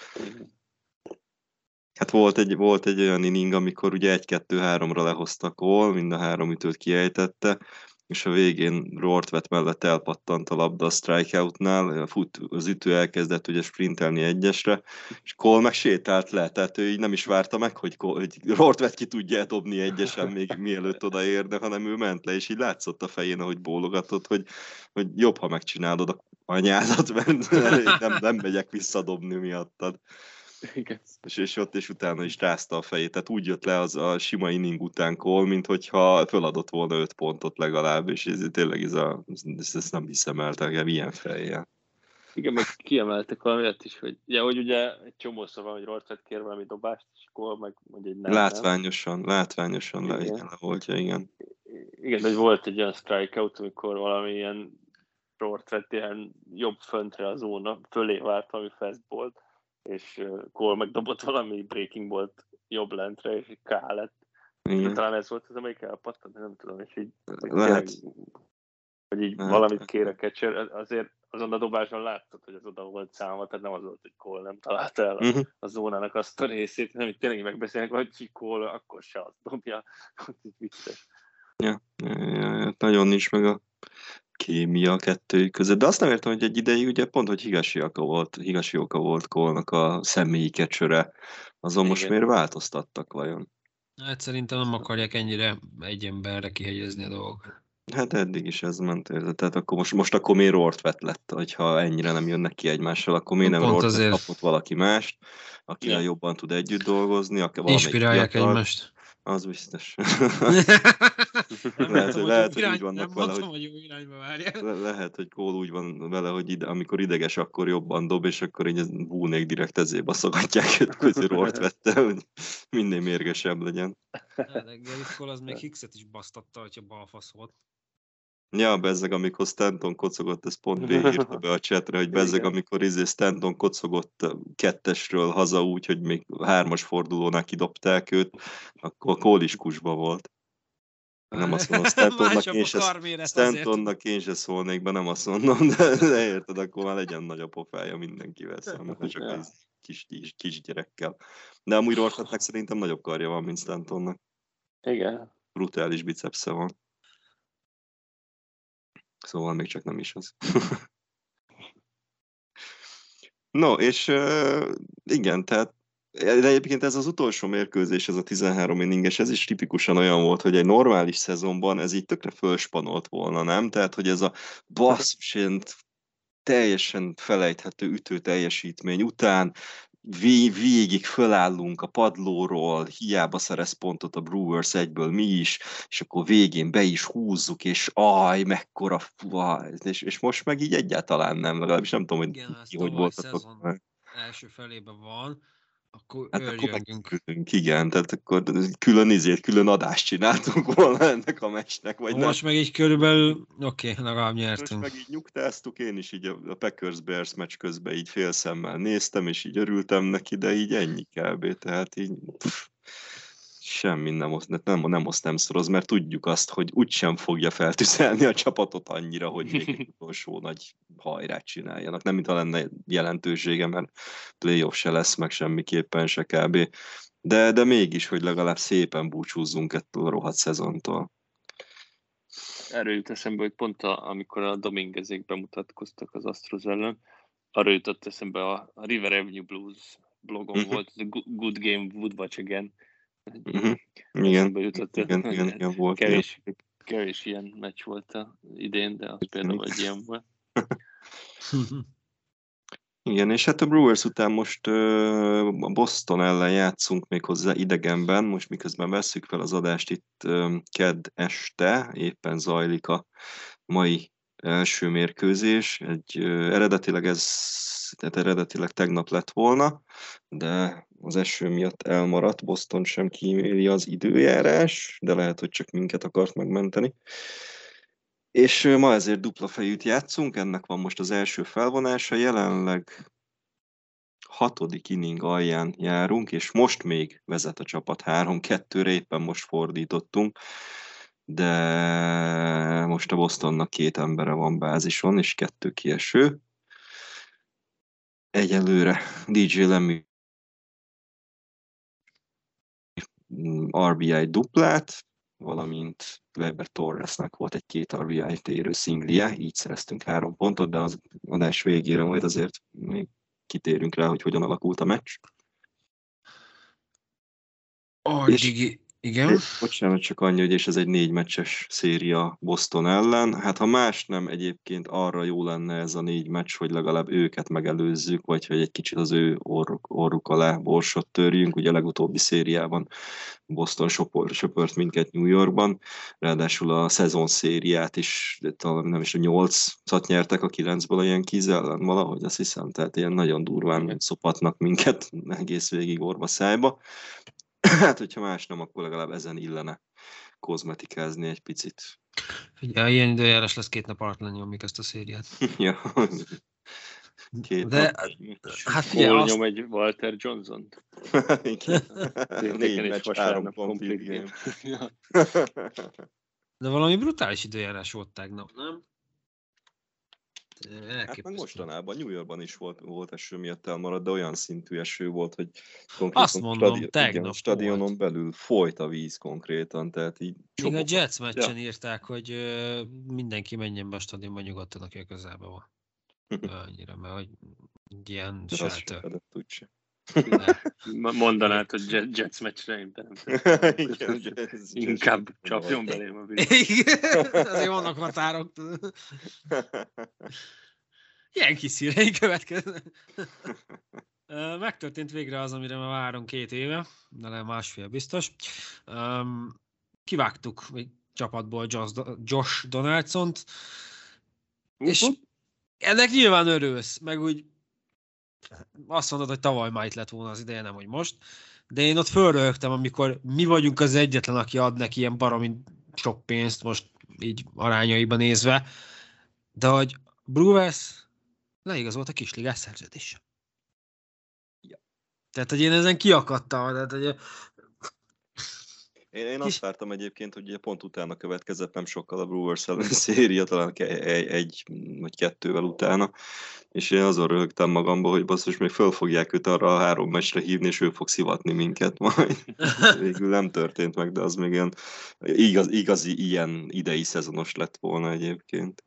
Hát volt egy olyan inning, amikor ugye 1-2-3-ra lehozta Cole, mind a 3 ütőt kiejtette, és a végén Rortvet mellett elpattant a labda a strikeoutnál, az ütő elkezdett ugye sprintelni egyesre, és Cole meg sétált le, tehát ő így nem is várta meg, hogy Rortvet ki tudja dobni egyesen még mielőtt odaérne, hanem ő ment le, és így látszott a fején, ahogy bólogatott, hogy jobb, ha megcsinálod a anyádat, mert nem megyek visszadobni miattad. Igen. És utána is rázta a fejét, tehát úgy jött le az a sima inning után Cole, mint hogyha föladott volna 5 pontot legalább, és ez tényleg ezt nem hiszem el, tehát ilyen fejjel. Igen, meg kiemeltek valamiért is, hogy ugye egy csomószor van, hogy Rortvet kér valami dobást, és Cole meg mondja, hogy nem. Látványosan levoltja, igen. Igen, hogy volt egy olyan strikeout, amikor valami ilyen Rortvet ilyen jobb föntre a zóna fölé várt valami fastballt, és Cole megdobott valami breaking ballt jobb lentre, és így K lett. Talán ez volt az, amelyik elpattant, nem tudom, és így hogy így valamit kér a catcher, azért azon a dobáson látszott, hogy az oda volt számva, tehát nem az volt, hogy Cole nem találta el a zónának azt a részét, hanem itt tényleg megbeszélnek, hogy Cole akkor se azt dobja, hogy így vicces. Ja, nagyon nincs meg a kémia a kettőjük között. De azt nem értem, hogy egy ideig ugye pont, hogy Higashioka volt Cole-nak a személyi catchere. Azon most miért változtattak vajon? Hát szerintem nem akarják ennyire egy emberre kihegyezni a dolgokat. Hát eddig is ez ment, érzed. Tehát akkor most akkor miért Rortvet lett, hogyha ennyire nem jönnek ki egymással, akkor miért nem Rortvet kapott valaki mást, akivel jobban tud együtt dolgozni, inspirálják egymást. Az biztos. Lehet, hogy úgy vannak nem vele, mondtam, hogy jó irányba várja. Lehet, hogy Cole úgy van vele, hogy amikor ideges, akkor jobban dob, és akkor így búnék direkt ezért baszogatják őt, hogy Roart vette, hogy minél mérgesebb legyen. De Gerrit Cole az még Hickset is basztatta, hogyha balfasz volt. Ja, bezzeg, amikor Stanton kocogott, ez pont beírta be a chatre, hogy bezzeg, amikor Stanton kocogott 2-esről haza úgy, hogy még 3-as fordulónál kidobták őt, akkor Cole is kusba volt. Nem azt mondom, Stantonnak én se szólnék be, nem azt mondom, de érted, akkor már legyen nagy a pofája mindenkivel szemben, csak egy kis gyerekkel. De amúgy Roartnak szerintem nagyobb karja van, mint Stantonnak. Igen. Brutális bicepsze van. Szóval még csak nem is az. No, és igen, tehát de egyébként ez az utolsó mérkőzés, ez a 13 inninges, ez is tipikusan olyan volt, hogy egy normális szezonban ez így tökre fölspanolt volna, nem? Tehát, hogy ez a basszus, teljesen felejthető ütő teljesítmény után végig fölállunk a padlóról, hiába szerez pontot a Brewers egyből mi is, és akkor végén be is húzzuk, és mekkora és most meg így egyáltalán nem, legalábbis nem tudom, hogy igen, hogy voltatok. Első felében van, akkor hát őrjöngünk. Igen, tehát akkor külön adást csináltunk volna ennek a meccsnek. Vagy most meg így körülbelül, legalább nyertünk. Most meg így nyugtáztuk, én is így a Packers-Bears meccs közben így félszemmel néztem, és így örültem neki, de így ennyi kb. Tehát így semmi nem osztámszoroz, mert tudjuk azt, hogy úgysem fogja feltüzelni a csapatot annyira, hogy még egy utolsó nagy hajrát csináljanak. Nem mintha lenne jelentősége, mert playoff se lesz, meg semmiképpen se kb. De mégis, hogy legalább szépen búcsúzzunk ettől a rohadt szezontól. Erről jut eszembe, hogy pont amikor a Dominguezék bemutatkoztak az Astros ellen, arra jutott eszembe a River Avenue Blues blogon volt, a Good Game Would Watch Again. Igen, volt. Kevés ilyen meccs volt idén, de az például egy ilyen volt. Igen, és hát a Brewers után most a Boston ellen játszunk még hozzá idegenben, most miközben vesszük fel az adást itt kedd este, éppen zajlik a mai első mérkőzés. Eredetileg tegnap lett volna, de az eső miatt elmaradt, Boston sem kíméli az időjárás, de lehet, hogy csak minket akart megmenteni. És ma ezért dupla fejűt játszunk, ennek van most az első felvonása, jelenleg 6. inning alján járunk, és most még vezet a csapat 3-2-re, éppen most fordítottunk, de most a Bostonnak 2 embere van bázison, és 2 kieső. Egyelőre DJ LeMahieu RBI duplát, valamint Weber Torresnek volt egy 2 RBI-t érő szinglie, így szereztünk 3 pontot, de az adás végére majd azért még kitérünk rá, hogy hogyan alakult a meccs. Igen. Bocsánat, csak annyi, hogy és ez egy 4 meccses széria Boston ellen. Hát ha más nem, egyébként arra jó lenne ez a 4 meccs, hogy legalább őket megelőzzük, vagy hogy egy kicsit az ő orruk alá borsot törjünk. Ugye a legutóbbi szériában Boston söpört minket New Yorkban, ráadásul a szezon szériát is, talán nem is a 8-at nyertek a 9-ből a Yankees ellen valahogy, azt hiszem, tehát ilyen nagyon durván szopatnak minket egész végig orba szájba. Hát, hogyha más nem, akkor legalább ezen illene kozmetikázni egy picit. Ugye, ilyen időjárás lesz 2 nap alatt lenyomjuk ezt a szériát. Ja. De, hát figyelj, hol nyom egy Walter Johnson-t? 4 meccs, 3 pont. De valami brutális időjárás volt tegnap, nem? Hát meg mostanában New Yorkban is volt eső miatt elmaradt, de olyan szintű eső volt, hogy konkrétan stadionon belül folyt a víz konkrétan, tehát így még a Jets meccsen írták, hogy mindenki menjen be a stadionba nyugodtan, aki a közelben van. Annyira, mert hogy ilyen shelter. Mondanád, hogy Jets meccsre én inkább csapjon belém a világ. Azért vannak határok. Ilyen kis szírei következnek. Megtörtént végre az, amire már várunk 2 éve, de nem 1,5 biztos. Kivágtuk, csapatból Josh Donaldsont, és ennek nyilván örülsz, meg úgy azt mondod, hogy tavaly már itt lett volna az ideje, nem hogy most, de én ott fölröhögtem, amikor mi vagyunk az egyetlen, aki ad neki ilyen baromi sok pénzt, most így arányaiban nézve, de hogy Brewers leigazolt a kisligás szerződéssel. Ja. Tehát, hogy én ezen kiakadtam. Tehát, hogy én azt vártam egyébként, hogy ugye pont utána következett nem sokkal a Brewers elleni széria, talán egy vagy kettővel utána, és én azon röhögtem magamba, hogy basszus, még föl fogják őt arra a 3 meccsre hívni, és ő fog szivatni minket majd. Végül nem történt meg, de az még ilyen igazi ilyen idei szezonos lett volna egyébként.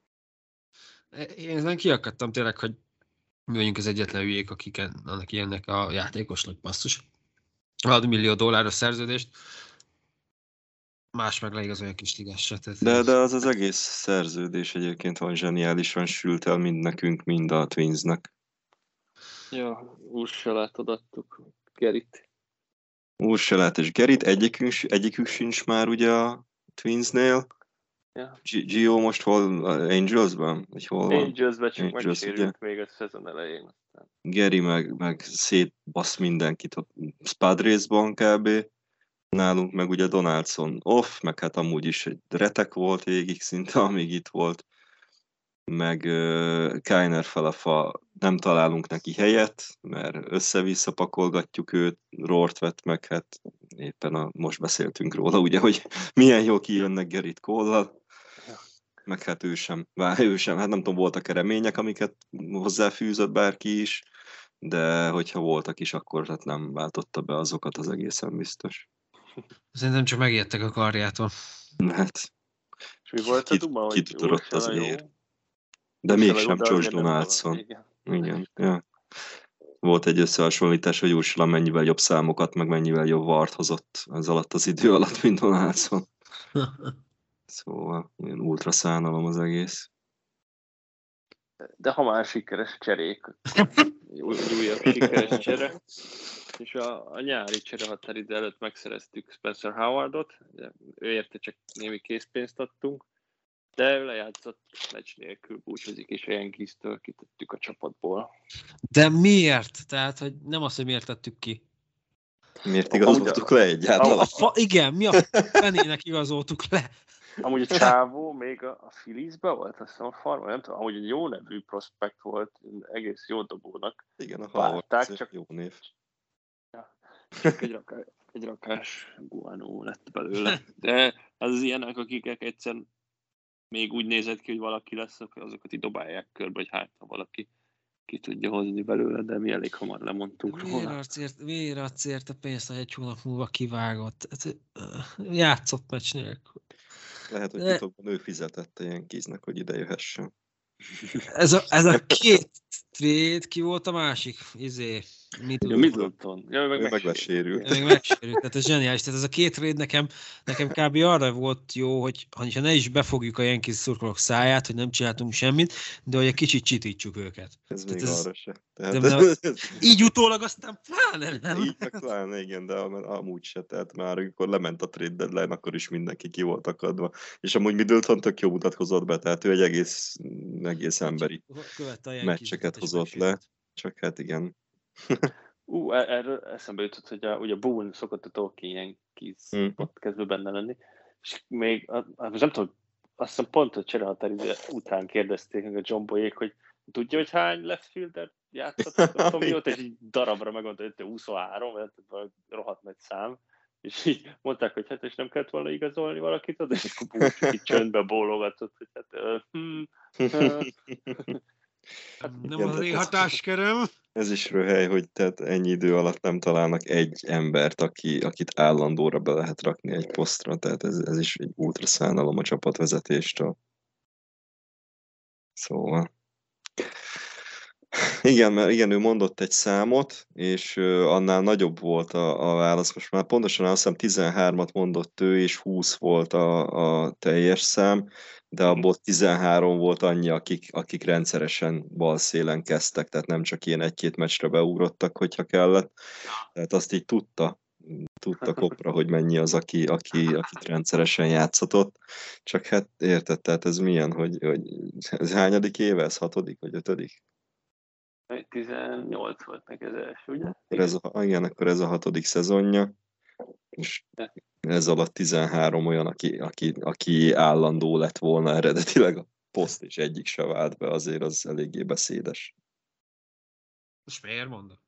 Én ezen kiakadtam tényleg, hogy mi vagyunk az egyetlen hülyék, akik annak ilyennek a játékosnak basszus. Ad $1 millió szerződést, más meg leigazolja kis ligásra. De az egész szerződés egyébként van zseniálisan sült el mind nekünk, mind a Twinsnek. Ja, Ursalát adattuk, Gerit. Ursalát és Gerit, egyikük sincs már ugye a Twinsnél. Ja. Gio most hol? Angelsben? Vagy hol van? Angelsben csak megsérült még a szezon elején. Aztán. Geri meg szétbasz mindenkit a Padresban kb. Nálunk meg ugye Donaldson off, meg hát amúgy is egy retek volt végig szinte, amíg itt volt. Meg Kiner Felefa nem találunk neki helyet, mert össze-vissza pakolgatjuk őt, Roart vett meg, hát éppen most beszéltünk róla, ugye, hogy milyen jól kijönnek Gerrit Cole-lal, meg hát ő sem, hát nem tudom, voltak-e remények, amiket hozzáfűzött bárki is, de hogyha voltak is, akkor hát nem váltotta be azokat, az egészen biztos. Szerintem csak megijedtek a karjától. Hát, és mi volt a duma, hogy kitudott azért. De mégsem Josh Donaldson. Igen. Ja. Volt egy összehasonlítás, hogy Ursula mennyivel jobb számokat, meg mennyivel jobb vart hozott az alatt az idő alatt, mint Donaldson. Szóval ilyen ultra szánalom az egész. De ha már sikeres cserék, újabb sikeres csere, és a nyári cserehatáridő előtt megszereztük Spencer Howardot, ő érte csak némi készpénzt adtunk, de ő lejátszott meccs nélkül, búcsúzik, és a Yankees-től kitettük a csapatból. De miért? Tehát, hogy nem az, hogy miért tettük ki. Miért igazoltuk le egyáltalán? Igen, mi a fenének igazoltuk le? Amúgy a csávó még a Philliesbe volt, azt hiszem a farma, nem tudom, amúgy egy jó nevű prospekt volt, egész jó dobónak. Igen, a Howard csak jó név. Ja, egy rakás guanó lett belőle. De az ilyenek, akik egyszer még úgy nézett ki, hogy valaki lesz, azokat így dobálják körbe, hogy hát ha valaki ki tudja hozni belőle, de mi elég hamar lemondtunk róla. Vérarcért a pénzt, hogy egy hónap múlva kivágott. Játszott meccs nélkül. Lehet, hogy titokban ő fizetett a Yankeesnek, hogy ide jöhessen. Ez a két trade, ki volt a másik? Middleton. Ja, ő megsérült. Tehát ez zseniális. Tehát ez a két trade nekem kb. Arra volt jó, hogy ha ne is befogjuk a Yankees szurkolók száját, hogy nem csináltunk semmit, de hogy egy kicsit csitítsuk őket. Ez még arra se. Így utólag aztán pláne nem. Így meg pláne, igen, de amúgy se. Tehát már amikor lement a trade deadline, akkor is mindenki ki volt akadva. És amúgy Middleton tök jó mutatkozott be, tehát ő egy egész emberi meccseket hozott le. Csak hát igen. Erről eszembe jutott, hogy ugye Boone szokott a Talking Yankees podcastben benne lenni, és még, most nem tudom, azt hiszem pont a cserehatáridő után kérdezték meg a John Boyék, hogy tudja, hogy hány left fielder játszottak, és így darabra megmondta, hogy 23, mert rohadt nagy szám, és így mondták, hogy hát és nem kellett volna igazolni valakit, és akkor Boone csak így csöndbe bólogatott, hogy nem az én hatásköröm. Ez is röhely, hogy tehát ennyi idő alatt nem találnak egy embert, akit állandóra be lehet rakni egy posztra, tehát ez is egy ultra szánalom a csapatvezetéstől. Szóval. Igen, mert igen, ő mondott egy számot, és annál nagyobb volt a válasz. Most már pontosan azt hiszem 13-at mondott ő, és 20 volt a teljes szám, de abból 13 volt annyi, akik rendszeresen balszélen kezdtek, tehát nem csak ilyen 1-2 meccsre beugrottak, hogyha kellett. Tehát azt így tudta tudta kopra, hogy mennyi az, akit rendszeresen játszatott. Csak hát érted, tehát ez milyen, hogy ez hányadik éve, ez 6. vagy 5? 18 volt neki az első, ugye? Akkor ez a 6. szezonja, és ez alatt 13 olyan, aki állandó lett volna eredetileg, a poszt és egyik se vált be, azért az eléggé beszédes. Most miért mondod?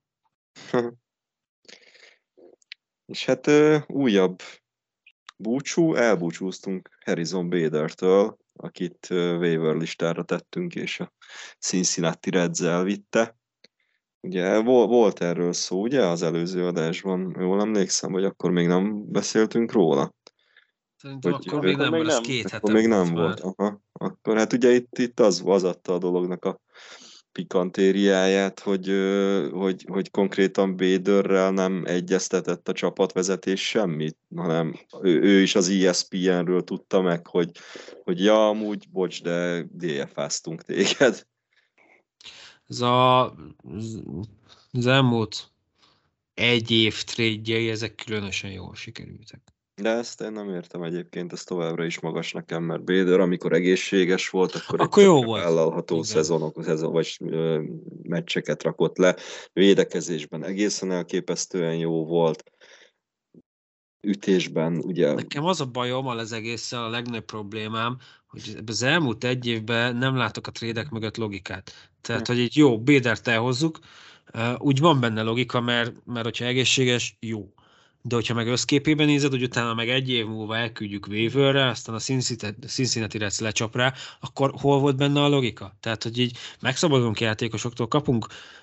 És hát újabb búcsú, elbúcsúztunk Harrison Badertől, akit waiver listára tettünk, és a Cincinnati Reds elvitte. Ugye volt erről szó, ugye, az előző adásban, jól emlékszem, vagy akkor még nem beszéltünk róla? Szerintem akkor még nem, ez 2 hete akkor még nem volt. Aha. Akkor hát ugye itt az adta a dolognak a pikantériáját, hogy konkrétan Baderrel nem egyeztetett a csapatvezetés semmit, hanem ő is az ESPN-ről tudta meg, hogy ja, amúgy, bocs, de DFA-ztunk téged. Az elmúlt 1 év trade-jei, ezek különösen jól sikerültek. De ezt én nem értem egyébként, ez továbbra is magas nekem, mert Bader, amikor egészséges volt, akkor jó volt. Vállalható szezonok, vagy meccseket rakott le. Védekezésben egészen elképesztően jó volt. Ütésben, ugye... Nekem az a bajom az egésszel, a legnagyobb problémám, hogy az elmúlt 1 évben nem látok a trédek mögött logikát. Tehát, hogy így jó, Badert elhozzuk, úgy van benne logika, mert hogyha egészséges, jó. De hogyha meg összképében nézed, hogy utána meg 1 év múlva elküldjük waiverre, aztán a Cincinnati Reds lecsap rá, akkor hol volt benne a logika? Tehát, hogy így megszabadulunk játékosoktól, kapunk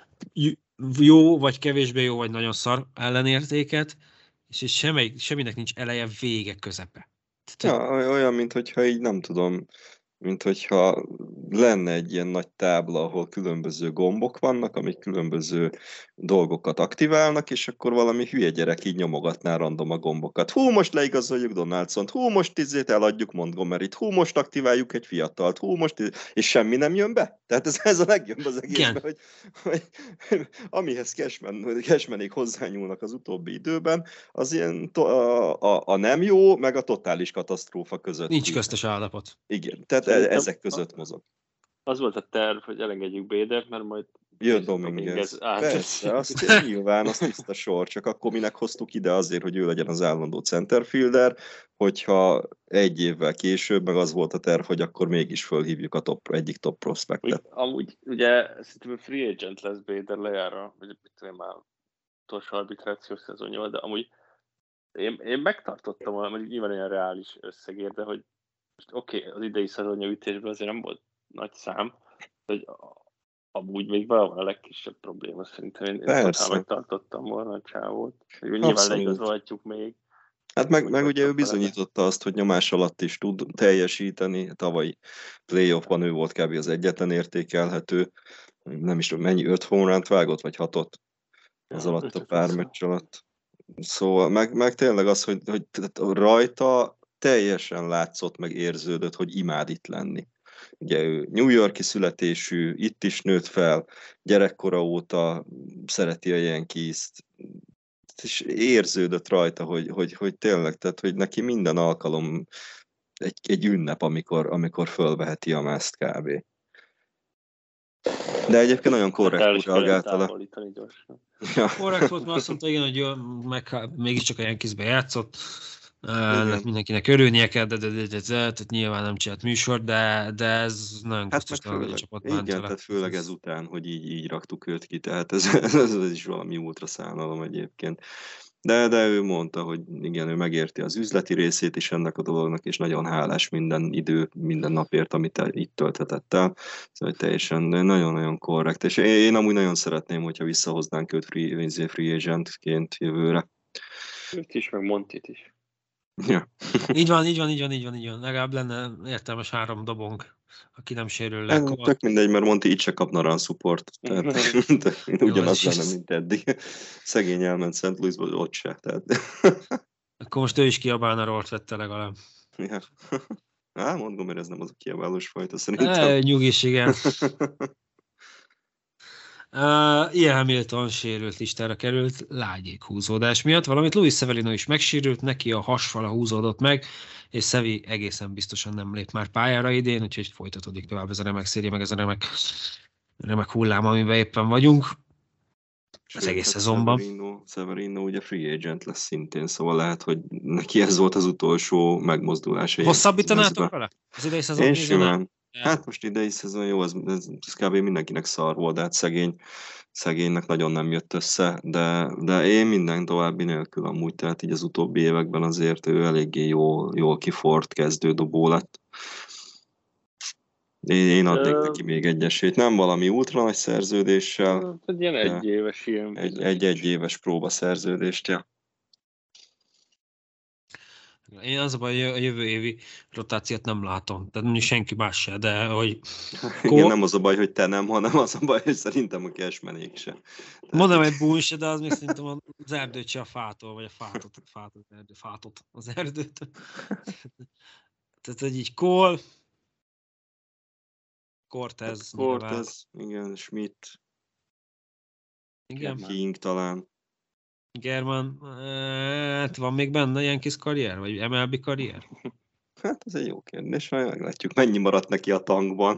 jó, vagy kevésbé jó, vagy nagyon szar ellenértéket, és semminek nincs eleje, vége, közepe. Ja, olyan, mintha így nem tudom, mintha lenne egy ilyen nagy tábla, ahol különböző gombok vannak, amik különböző dolgokat aktiválnak, és akkor valami hülye gyerek így nyomogatná random a gombokat. Hú, most leigazoljuk Donaldson-t, hú, most eladjuk Montgomeryt, hú, most aktiváljuk egy fiatalt, hú, most és semmi nem jön be. Tehát ez a legjobb az egészben, hogy amihez Cashmanék hozzányúlnak az utóbbi időben, az ilyen a nem jó, meg a totális katasztrófa között. Nincs köztes állapot. Igen, tehát ezek között mozog. Az volt a terv, hogy elengedjük Badert, mert majd jött Dominguez. Persze, nyilván az tiszta sor, csak akkor minek hoztuk ide azért, hogy ő legyen az állandó centerfielder, hogyha 1 évvel később, meg az volt a terv, hogy akkor mégis fölhívjuk a egyik top prospectet. Amúgy ugye szerintem free agent lesz Bader lejára, vagy már utolsó arbitrációs szezonja, de amúgy én megtartottam volna, mert nyilván olyan reális összegér, de hogy oké, az idei szezonja ütésben azért nem volt nagy szám, hogy amúgy még van a legkisebb probléma szerintem. Én megtartottam volna a csávót. Nyilván leigazolhatjuk még. Hát meg ugye ő bizonyította azt, hogy nyomás alatt is tud teljesíteni. Tavalyi playoffban ő volt kb. Az egyetlen értékelhető. Nem is tudom, mennyi 5 home runt vágott, vagy 6-ot az alatt a pár meccs alatt. Szóval meg tényleg az, hogy rajta teljesen látszott, meg érződött, hogy imád itt lenni. Ugye ő New York-i születésű, itt is nőtt fel, gyerekkora óta szereti a Yankees-t, és érződött rajta, hogy tényleg, tehát, hogy neki minden alkalom egy ünnep, amikor fölveheti a mást kb. De egyébként nagyon korrekt reagálta. Korrekt volt, mert azt mondta, igen, hogy mégiscsak a Yankeesbe játszott, mindenkinek örülnie kell, de nyilván nem csinált műsor, de ez nagyon köztes dolog, hogy a csapat ment vele. Igen, tehát főleg ezután, hogy így raktuk őt ki, tehát ez is valami ultraszánalom egyébként. De ő mondta, hogy igen, ő megérti az üzleti részét is ennek a dolognak, és nagyon hálás minden napért, amit itt tölthetett el. Szóval teljesen nagyon-nagyon korrekt, és én amúgy nagyon szeretném, hogyha visszahoznánk őt free agentként jövőre. Őt is, meg Montit is. Ja. Így van. Legalább lenne értelmes 3 dobong, aki nem sérül le. Tök mindegy, mert Monty így se kapna run support. Tehát ugyanaz lenne, mint eddig. Szegény elment St. Louisból, ott se. Tehát. Akkor most ő is kiabálna, Rolt vette legalább. Ja. Mondom, mert ez nem az a kiabálós fajta szerintem. Nyugis, igen. Ian Hamilton sérült listára került lágyék húzódás miatt, valamint Luis Severino is megsérült, neki a hasfala húzódott meg, és Szevi egészen biztosan nem lép már pályára idén, úgyhogy folytatódik tovább ez a remek széria, meg ez a remek hullám, amiben éppen vagyunk. Az egész szezonban. Severino ugye free agent lesz szintén, szóval lehet, hogy neki ez volt az utolsó megmozdulása. Hosszabbítanátok vele? Az idei szezon? Én simán. Hát most idei szezon jó, ez kb. Mindenkinek szar volt, de hát szegénynek nagyon nem jött össze, de én minden további nélkül amúgy, tehát így az utóbbi években azért ő eléggé jól kifort kezdődobó lett. Én adnék neki még egy esélyt, nem valami ultra nagy szerződéssel. Egy ilyen egyéves ilyen. Egy éves próbaszerződést, ja. Én az a baj, a jövő évi rotációt nem látom, tehát mondjuk senki más se, de hogy... Igen, nem az a baj, hogy te nem, hanem az a baj, hogy szerintem a Cashmanék se. Mondom egy búj se, de az még szerintem az erdőt se a fától, vagy a fátot az erdőt. Tehát, hogy így Cole, Cortez, igen, Schmidt, igen. King talán. German, hát van még benne ilyen kis karrier, vagy MLB karrier? Hát ez egy jó kérdés, majd meglátjuk, mennyi maradt neki a tankban.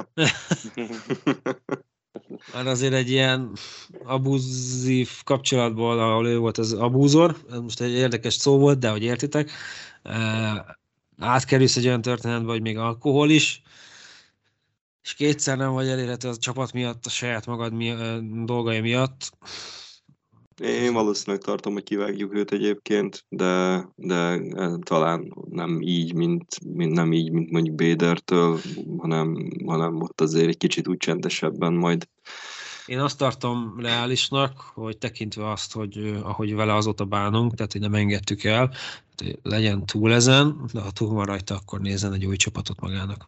Már azért egy ilyen abúzív kapcsolatból, ahol ő volt az abúzor, most egy érdekes szó volt, de hogy értitek, átkerülsz egy olyan történetbe, hogy még alkohol is, és kétszer nem vagy elérhető a csapat miatt, a saját magad dolgai miatt. Én valószínűleg tartom, hogy kivágjuk őt egyébként, de talán nem így, mint mondjuk Badertől, hanem ott azért egy kicsit úgy csendesebben majd. Én azt tartom reálisnak, hogy tekintve azt, hogy ahogy vele azóta bánunk, tehát hogy nem engedtük el, hogy legyen túl ezen, de ha túl van rajta, akkor nézzen egy új csapatot magának.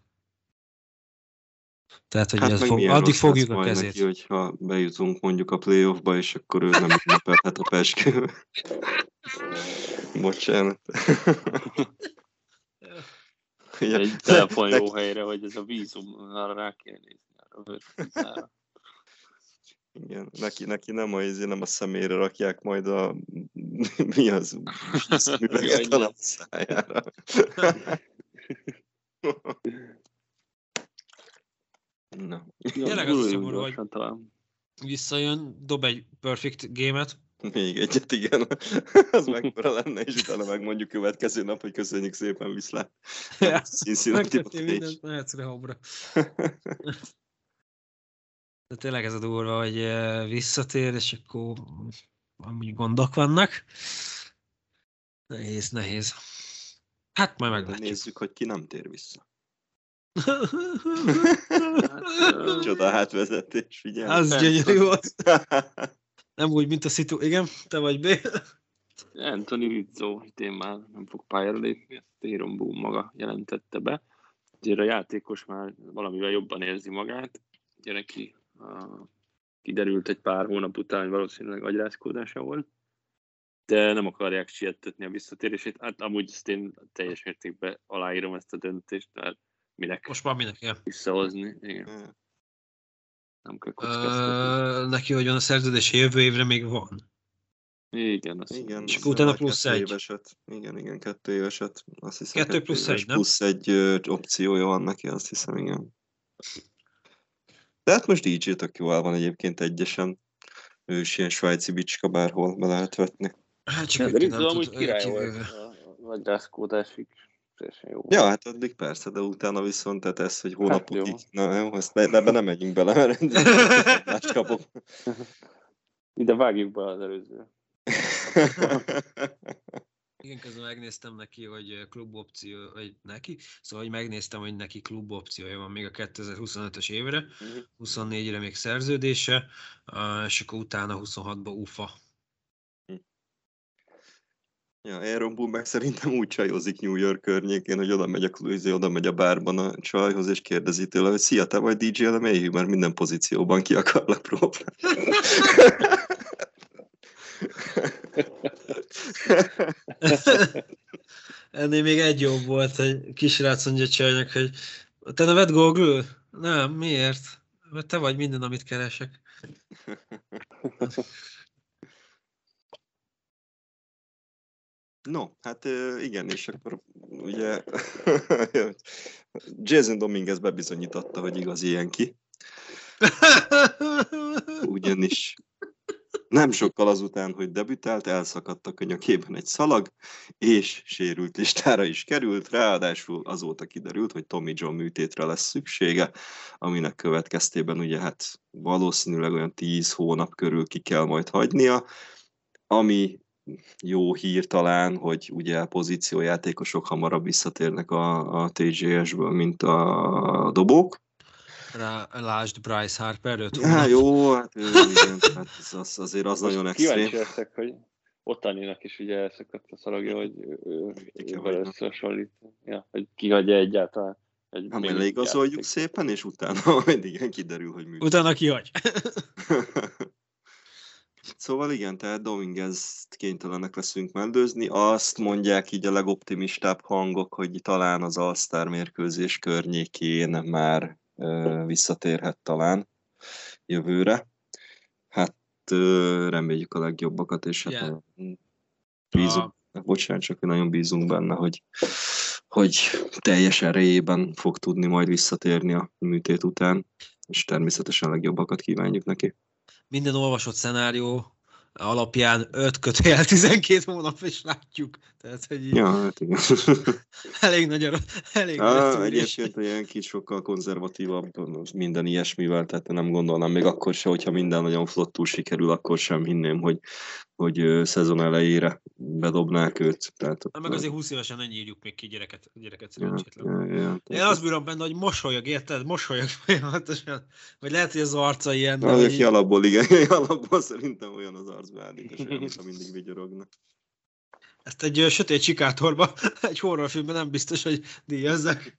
Tehát, hogy hát addig fogjuk a kezét. Neki, hogyha bejutunk mondjuk a playoffba, és akkor ő nem ünnepelhet a Peskő. Bocsánat. Egy telefon jó helyre, hogy ez a vízum, arra rá kéne nézni. Igen, neki nem a szemére rakják majd a mi az műveget, hanem a szájára. Na. Tényleg az szomorú, hogy visszajön, dob egy perfect game-et. Még egyet, igen. Az mekkora lenne, és utána megmondjuk következő nap, hogy köszönjük szépen, viszlát. Megtettél mindent, mehetsz rehomra. De tényleg ez a durva, hogy visszatér, és akkor amúgy gondok vannak. Nehéz. Hát majd meglátjuk. Nézzük, hogy ki nem tér vissza. Csoda hátvezetés, figyelj. Az gyönyörű volt. Nem úgy, mint a szitu... Igen, te vagy B. Anthony Rizzo, idén már nem fog pályára lépni, ezt Aaron Boone maga jelentette be. Ugye a játékos már valamivel jobban érzi magát. Ugye neki kiderült egy pár hónap után, hogy valószínűleg agyrázkódása volt. De nem akarják siettetni a visszatérését. Hát amúgy ezt én teljes mértékben aláírom ezt a döntést, mert minek? Most már minek, ja. Visszahozni, igen. Nem kell kockáztatni. Neki, hogy van a szerződés, jövő évre még van. Igen. És akkor utána plusz egy. Éveset. Igen, 2 éveset. Azt hiszem, 2 plusz 1, nem? Plusz egy opciója van neki, azt hiszem, igen. De hát most DJ tök jól van egyébként egyesen. Ő is ilyen svájci bicska, bárhol be lehet vetni. Hát csak de Rizzo amúgy király volt a rázkódásig. Jó. Ja, hát addig persze, de utána viszont tehát ez, hogy hónapokig... Hát na jó, ebbe nem megyünk bele, mert mást kapok. Ide vágjuk be az előző. Igen, közben megnéztem neki, hogy klubopció, vagy neki, szóval hogy megnéztem, hogy neki klubopciója van még a 2025-ös évre, 24-re még szerződése, és akkor utána 26-ba UFA. Ja, Aaron Boone meg szerintem úgy csajozik New York környékén, hogy oda megy a bárban a csajhoz, és kérdezi tőle, hogy szia, te vagy DJ LeMahieu, mert minden pozícióban ki akarlak próbálni. Ennél még egy jobb volt, hogy kisrác mondja a csajnak, hogy te neved Google? Nem, miért? Mert te vagy minden, amit keresek. No, hát igen, és akkor ugye Jason Dominguez bebizonyította, hogy igazi Yankee. Ugyanis nem sokkal azután, hogy debütált, elszakadt a könyökében egy szalag, és sérült listára is került, ráadásul azóta kiderült, hogy Tommy John műtétre lesz szüksége, aminek következtében ugye hát valószínűleg olyan 10 hónap körül ki kell majd hagynia, ami jó hír talán, hogy ugye pozíciójátékosok hamarabb visszatérnek a TGS-ből, mint a dobók. Lásd Bryce Harper, 5 hónap. Jó, hát igen, hát azért az nagyon extrém. Kíváncsi leszek, hogy Otaninak is ugye elszakadt a szalagja, hogy ővel összehasonlít, hogy kihagyja egyáltalán. Hát leigazoljuk szépen, és utána majd igen kiderül, hogy működik. Utána kihagy. Szóval igen, tehát Dominguez-t kénytelenek leszünk mellőzni. Azt mondják így a legoptimistább hangok, hogy talán az All-Star mérkőzés környékén már visszatérhet talán jövőre. Hát reméljük a legjobbakat, és hát bízunk, bocsánat, csak nagyon bízunk benne, hogy teljes erejében fog tudni majd visszatérni a műtét után, és természetesen a legjobbakat kívánjuk neki. Minden olvasott szenárió alapján 5/12 hónap, és látjuk. Tehát, hogy ja, hát igen. elég nagy egyébként olyan kicsit sokkal konzervatívabb minden ilyesmivel, tehát nem gondolnám még akkor se, hogyha minden nagyon flottul sikerül, akkor sem hinném, hogy szezon elejére bedobnák őt. Tehát, meg azért 20 évesen ne nyírjuk még ki gyereket szerencsétlen. Én azt bírom benne, hogy mosolyog, érted? Mosolyog folyamatosan. Vagy lehet, hogy az arca ilyen. Hogy alapból, igen, alapból szerintem olyan az arcbeállítás, amit mindig vigyorognak. Ezt egy sötét sikátorba, egy horrorfilmben nem biztos, hogy díjazzák.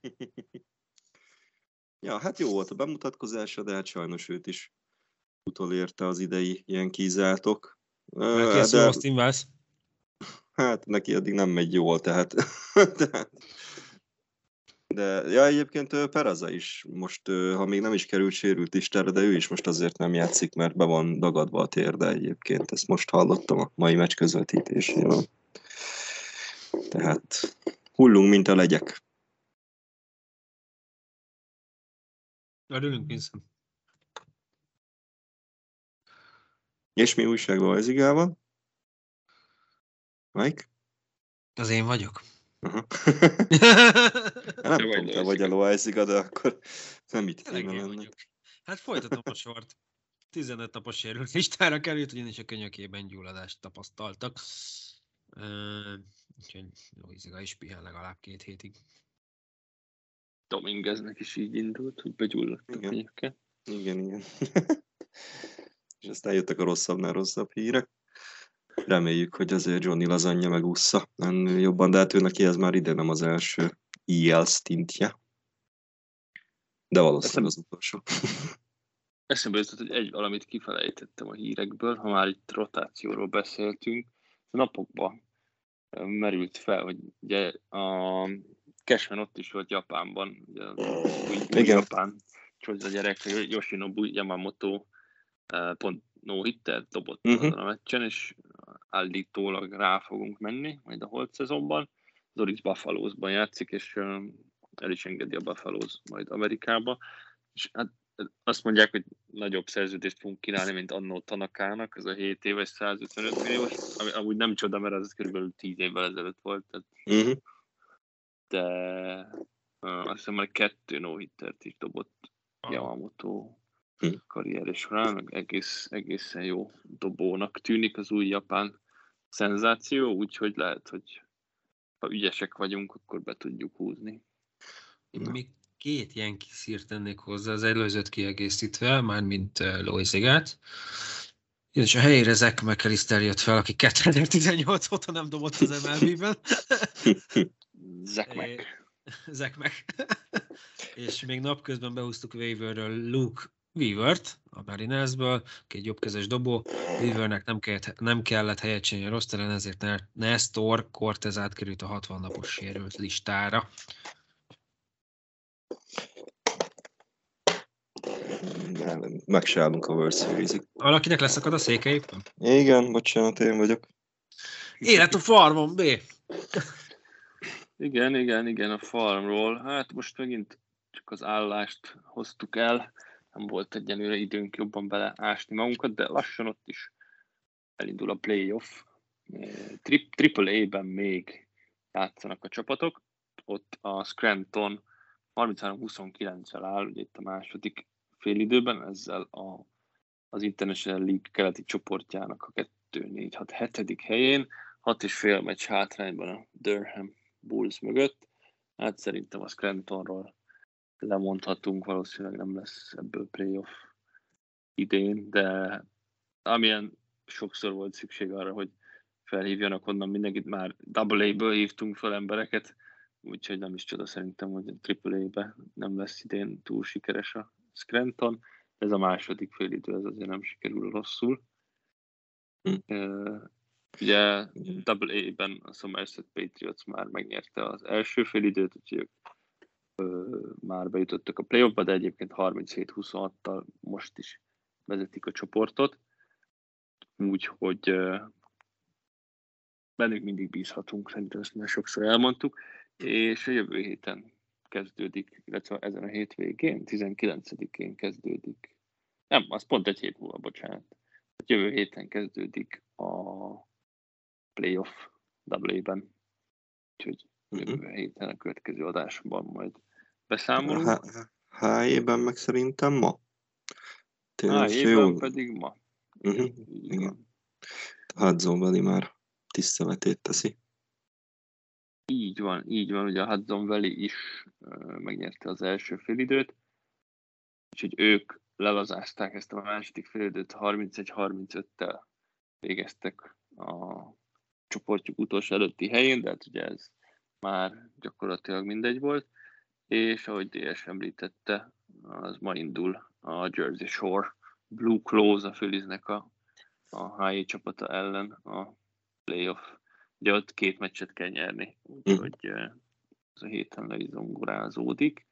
Ja, hát jó volt a bemutatkozása, de hát sajnos őt is utolérte az idei ilyen kízáltok. Megkészül Austin Wells. Hát neki addig nem megy jól, tehát... De ja, egyébként Peraza is most, ha még nem is került sérült listára, de ő is most azért nem játszik, mert be van dagadva a térde egyébként. Ezt most hallottam a mai meccs közvetítésében. Tehát hullunk, mint a legyek. Örülünk, Vincent. És mi újság a Vajzigával? Mike? Az én vagyok. Nem tudom, te vagy a Loaiziga, de akkor nem itt kéne lenne. Hát folytatom a sort. 15 napos sérült listára került, ugyanis a könyökében gyulladást tapasztaltak. Úgyhogy Loaiziga is pihen legalább 2 hétig. Domingueznek is így indult, hogy begyulladt a könyöke. Igen. És aztán jöttek a rosszabbnál rosszabb hírek. Reméljük, hogy azért Johnny Lasagna megússza ennél jobban, de hát ő neki ez már ide nem az első EL stintje. De valószínűleg az utolsó. Eszembe jutott, hogy valamit kifelejtettem a hírekből, ha már itt rotációról beszéltünk. A napokban merült fel, hogy ugye a Cashman ott is volt Japánban, ugye új japán csodza gyerek, Yoshinobu Yamamoto pont no-hitter dobott azon a meccsen, és állítólag rá fogunk menni, majd a holt szezonban. Az Orix Buffaloesban játszik, és el is engedi a Buffaloes majd Amerikába. És hát azt mondják, hogy nagyobb szerződést fogunk kínálni, mint annó Tanakának, ez a 7 éves 155 milliós, ami amúgy nem csoda, mert az körülbelül 10 évvel ezelőtt volt. Tehát, de azt hiszem már 2 no-hittert is dobott Yamamoto karrierje során, meg egészen jó dobónak tűnik az új japán szenzáció, úgyhogy lehet, hogy ha ügyesek vagyunk, akkor be tudjuk húzni. Még 2 ilyen kiszírt tennék hozzá az előzőt kiegészítve, mármint Loaisiga-t. És a helyére Zach McAllister jött fel, aki 2018 óta nem dobott az MLB-ben. Zach Mac. És még napközben behúztuk waiverről Luke Weavert, a Marinersből, egy jobbkezes dobó. Weavernek nem kellett helyet csinálni a rosteren, ezért Nestor Cortez átkerült a 60 napos sérült listára. meg se állunk a World Series-ig. Valakinek leszakad a széke éppen? Igen, bocsánat, én vagyok. Élet a farmon, B! Igen, a farmról. Hát most megint csak az állást hoztuk el. Nem volt egyelőre időnk jobban beleásni magunkat, de lassan ott is elindul a playoff. AAA-ben még játszanak a csapatok. Ott a Scranton 33-29-el áll, ugye itt a második félidőben, ezzel az International League keleti csoportjának a 2-4-6-7. helyén, 6,5 meccs hátrányban a Durham Bulls mögött. Hát szerintem a Scrantonról lemondhatunk, valószínűleg nem lesz ebből playoff idén, de amilyen sokszor volt szükség arra, hogy felhívjanak onnan mindenkit, már AA-ből hívtunk fel embereket, úgyhogy nem is csoda szerintem, hogy a AAA-be nem lesz idén túl sikeres a Scranton. Ez a második félidő, ez azért nem sikerül rosszul. Ugye AA-ben a Somerset Patriots már megnyerte az első félidőt, úgyhogy már bejutottak a playoffba, de egyébként 37-26-tal most is vezetik a csoportot. Úgyhogy bennük mindig bízhatunk, szerintem ezt már sokszor elmondtuk, és a jövő héten kezdődik, illetve ezen a hétvégén, 19-én kezdődik. Nem, az pont egy hét múlva, bocsánat. Jövő héten kezdődik a playoff AA-ben, úgyhogy jövő héten a következő adásban majd beszámolunk. HE-ben meg szerintem ma. HE-ben pedig ma. Igen. A Hudson Valley már tiszteletét teszi. Így van, ugye a Hudson Valley is megnyerte az első félidőt, úgyhogy ők lelazázták ezt a második félidőt, 31-35-tel végeztek a csoportjuk utolsó előtti helyén, de hát ugye ez már gyakorlatilag mindegy volt, és ahogy DS említette, az ma indul a Jersey Shore Blue Claws, a Philliesnek a HA csapata ellen a playoff. Ugye ott 2 meccset kell nyerni, úgyhogy ez a héten le is zongorázódik.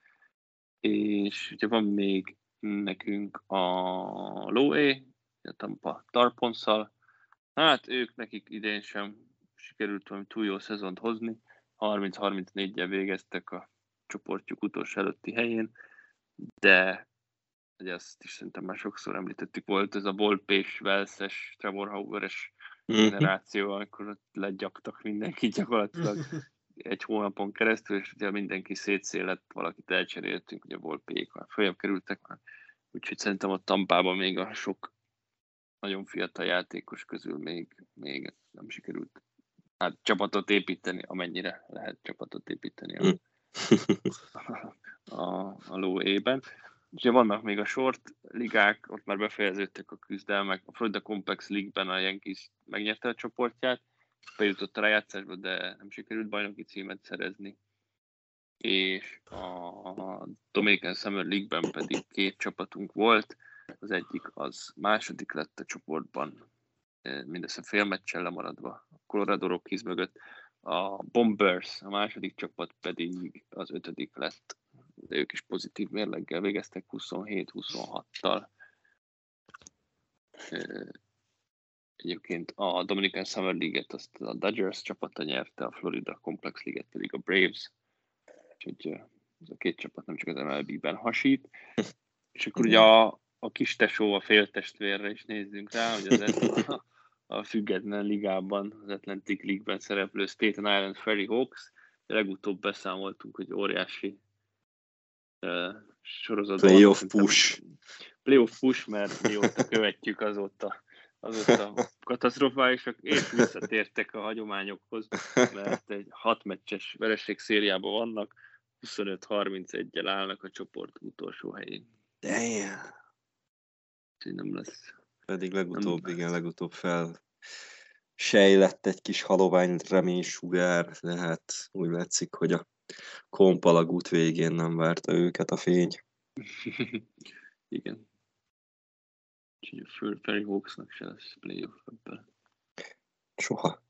És ugye van még nekünk a Low A, a Tampa Tarponszal. Hát ők nekik idén sem sikerült valami túl jó szezont hozni. 30-34-jel végeztek a csoportjuk utolsó előtti helyén, de ugye ezt is szerintem már sokszor említettük, volt ez a Volpés, Velszes, Trevor Hauer-es generáció, amikor legyaktak mindenkit gyakorlatilag egy hónapon keresztül, és ugye mindenki szétszélett, valakit elcseréltünk, ugye Volpék már följebb kerültek már, úgyhogy szerintem a Tampában még a sok nagyon fiatal játékos közül még nem sikerült csapatot építeni, amennyire lehet csapatot építeni a Low A-ben. Ugye vannak még a short ligák, ott már befejeződtek a küzdelmek. A Florida Complex League-ben a Yankees megnyerte a csoportját, bejutott a rájátszásba, de nem sikerült bajnoki címet szerezni. És a Dominican Summer League-ben pedig 2 csapatunk volt. Az egyik az második lett a csoportban, mindössze fél meccsel lemaradva a Colorado Rockies mögött. A Bombers, a második csapat pedig az 5. lett. De ők is pozitív mérleggel végeztek 27-26-tal. Egyébként a Dominican Summer League-et azt a Dodgers csapata nyerte, a Florida Complex League-et pedig a Braves. Úgyhogy ez a 2 csapat nem csak az MLB-ben hasít. És akkor ugye a kis tesó, a féltestvérre is nézzünk rá, hogy az a független ligában, az Atlantic League-ben szereplő Staten Island Ferry Hawks. Legutóbb beszámoltunk, hogy óriási sorozatban. Playoff push, mert mióta követjük azóta katasztrofálisak, és visszatértek a hagyományokhoz, mert egy 6 meccses vereség szériában vannak, 25-31-jel állnak a csoport utolsó helyén. Damn. Nem lesz. Pedig legutóbb sejlett egy kis halovány reménysugár, de hát úgy látszik, hogy a kompalagút végén nem várta őket a fény. Igen. Úgyhogy a Ferry Hawksnak se lesz playoff ebből. Soha.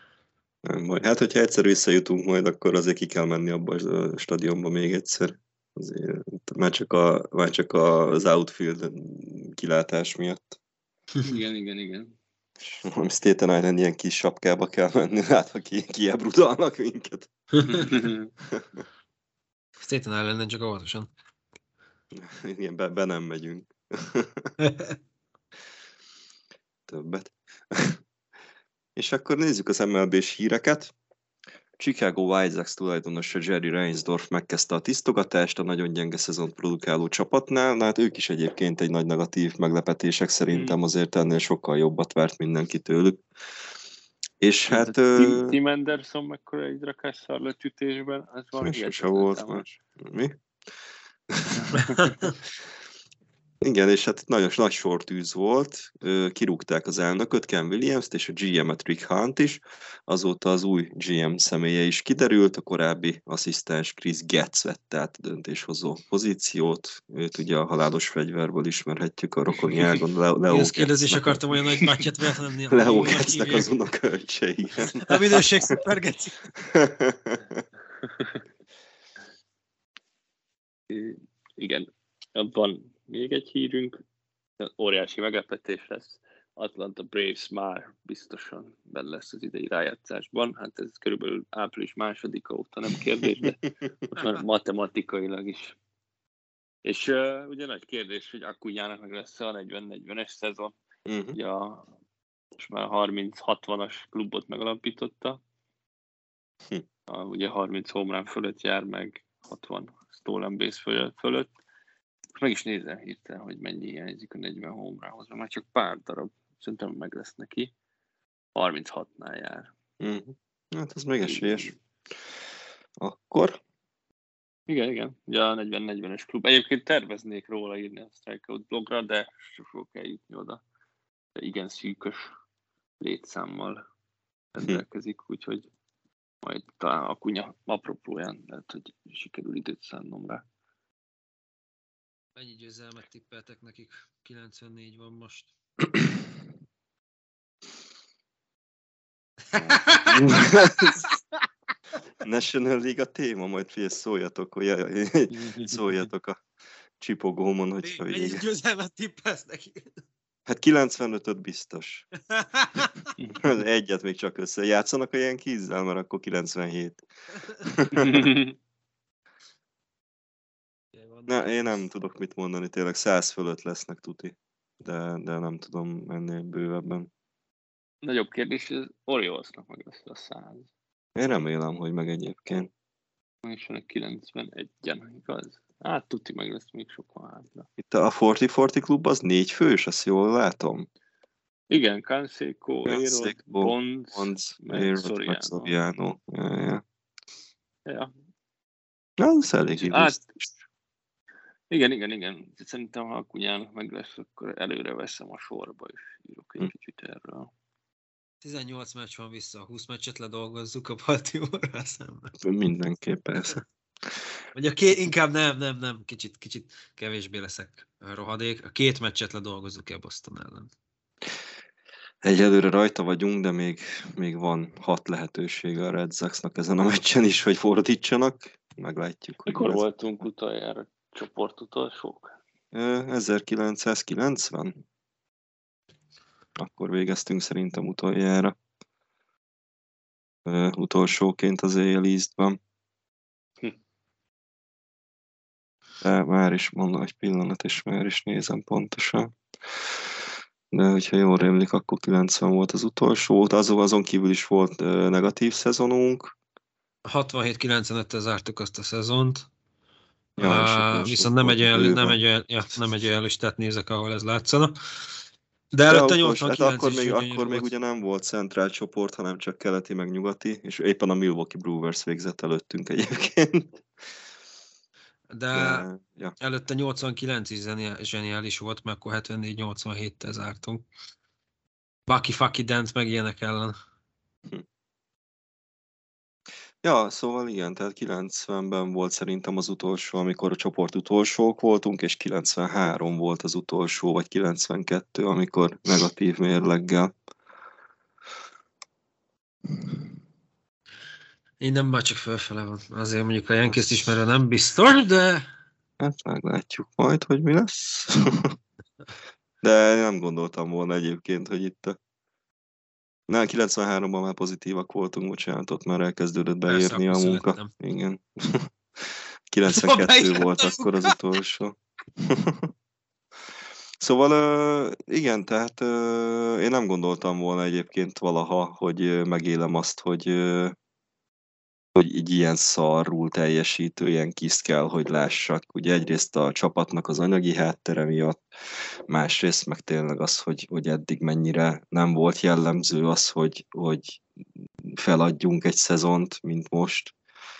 Nem baj. Hát, hogyha egyszer visszajutunk majd, akkor azért ki kell menni abba a stadionba még egyszer. Azért, már csak az outfield kilátás miatt. Igen. Valami Staten Island ilyen kis sapkába kell menni, látva kiebrudalnak minket. Staten Islanden csak óvatosan. Igen, be nem megyünk. Többet. És akkor nézzük az MLB-s híreket. Chicago White Sox tulajdonosa Jerry Reinsdorf megkezdte a tisztogatást a nagyon gyenge szezont produkáló csapatnál. Hát ők is egyébként egy nagy negatív meglepetések szerintem azért ennél sokkal jobbat várt mindenki tőlük. És hát... Tim Anderson mekkora egy rakásszal lecsütésben, ez van sose volt más. Mi? Igen, és hát nagyon nagy sortűz volt, kirúgták az elnököt, Ken Williams-t és a GM-et Rick Hunt is, azóta az új GM személye is kiderült, a korábbi asszisztens Chris Getz vette át a döntéshozó pozíciót, őt ugye a halálos fegyverből ismerhetjük a rokoni ágon. Ezt kérdezni is akartam, olyan nagy bátyját véletlenül. Leo Getznek az unokölcse, igen. A minőség szuper, Geci. Igen, van még egy hírünk, óriási meglepetés lesz. Atlanta Braves már biztosan benne lesz az idei rájátszásban. Hát ez körülbelül április 2-a óta nem kérdés, de most már matematikailag is. És ugye nagy kérdés, hogy Acuñának meg lesz a 40-40-es szezon. Ugye most már 30-60-as klubot megalapította. Ugye 30 home run fölött jár, meg 60 stolen base fölött. Meg is nézem hirtelen, hogy mennyi hiányzik a 40 home runhoz, mert már csak pár darab, szerintem meg lesz neki. 36-nál jár. Hát ez még esélyes. Akkor? Igen. Ugye a 40-40-es klub. Egyébként terveznék róla írni a Strikeout blogra, de sosem kell jutni oda. De igen szűkös létszámmal rendelkezik, úgyhogy majd talán Acuña apropóján lehet, hogy sikerül időt szánnom rá. Mennyi győzelmet tippeltek nekik? 94 van most. National League a téma, majd figyelj, szóljatok a csipogómon, hogyha mennyi győzelmet tippelsz nekik? Hát 95-öt biztos. Egyet még csak összejátszanak a ilyen kízzel, mert akkor 97. Én nem tudok mit mondani, tényleg 100 fölött lesznek tuti, de nem tudom ennél bővebben. Nagyobb kérdés, az Oriolesnak meg lesz a 100. Én remélem, hogy meg egyébként. És van a 91-en, igaz? Hát tuti meg lesz még sokan hátra. Itt a 40-40 klub az 4 fős, azt jól látom. Igen, Canseco, Aerod, Bonds, meg Soriano. Ja. Na, ez elég Igen. Szerintem, ha Acuñának meg lesz, akkor előre veszem a sorba, és írok egy kicsit erről. 18 meccs van vissza, 20 meccset ledolgozzuk a Baltimore-ra szemben. Mindenképp, persze. Vagy inkább nem, kicsit kevésbé leszek rohadék. A 2 meccset ledolgozzuk-e Boston ellen? Egyelőre rajta vagyunk, de még van 6 lehetősége a Red Soxnak ezen a meccsen is, hogy fordítsanak. Meglátjuk. Mikor voltunk utoljára csoportutolsók? 1990. Akkor végeztünk szerintem utoljára. Utolsóként az AL East-ben. De már is mondom egy pillanat, és már is nézem pontosan. De hogyha jól rémlik, akkor 90 volt az utolsó. Azon kívül is volt negatív szezonunk. 67-95-tel zártuk azt a szezont. Viszont nem egy olyan listát nézek, ahol ez látszana. De előtte 89 akkor még ugye nem volt centrál csoport, hanem csak keleti meg nyugati, és éppen a Milwaukee Brewers végzett előttünk egyébként. De előtte 89 is zseniális volt, mert akkor 74-87-tel zártunk. Bucky Dent meg ilyenek ellen. Ja, szóval igen, tehát 90-ben volt szerintem az utolsó, amikor a csoport utolsók voltunk, és 93 volt az utolsó, vagy 92, amikor negatív mérleggel. Innen már csak fölfele van. Azért mondjuk a Yankees ismerve nem biztos, de Hát meglátjuk majd, hogy mi lesz. De nem gondoltam volna egyébként, hogy itt a... 93-ban már pozitívak voltunk, bocsánat, ott már elkezdődött beérni a munka. Születtem. Igen. 92 volt akkor az utolsó. Szóval igen, tehát én nem gondoltam volna egyébként valaha, hogy megélem azt, hogy így ilyen szarul teljesítő, ilyen kiszt kell, hogy lássak. Ugye egyrészt a csapatnak az anyagi háttere miatt, másrészt meg tényleg az, hogy eddig mennyire nem volt jellemző az, hogy feladjunk egy szezont, mint most.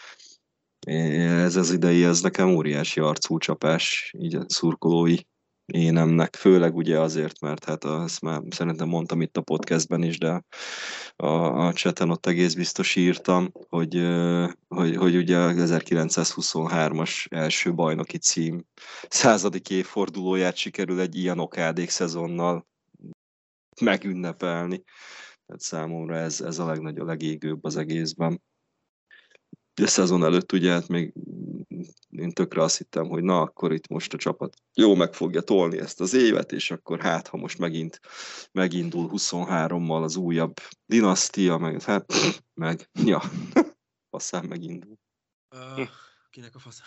Ez az idei, ez nekem óriási arcúcsapás, így a szurkolói énemnek, főleg ugye azért, mert hát azt már szerintem mondtam itt a podcastben is, de a chaten ott egész biztos írtam, hogy ugye a 1923-as első bajnoki cím 100. évfordulóját sikerül egy ilyen okádék szezonnal megünnepelni. Tehát számomra ez a legnagyobb, a legégőbb az egészben. A szezon előtt ugye hát még én tökre azt hittem, hogy na, akkor itt most a csapat jó meg fogja tolni ezt az évet, és akkor hát, ha most megindul 23-mal az újabb dinasztia, ja, faszán megindul. Kinek a faszán?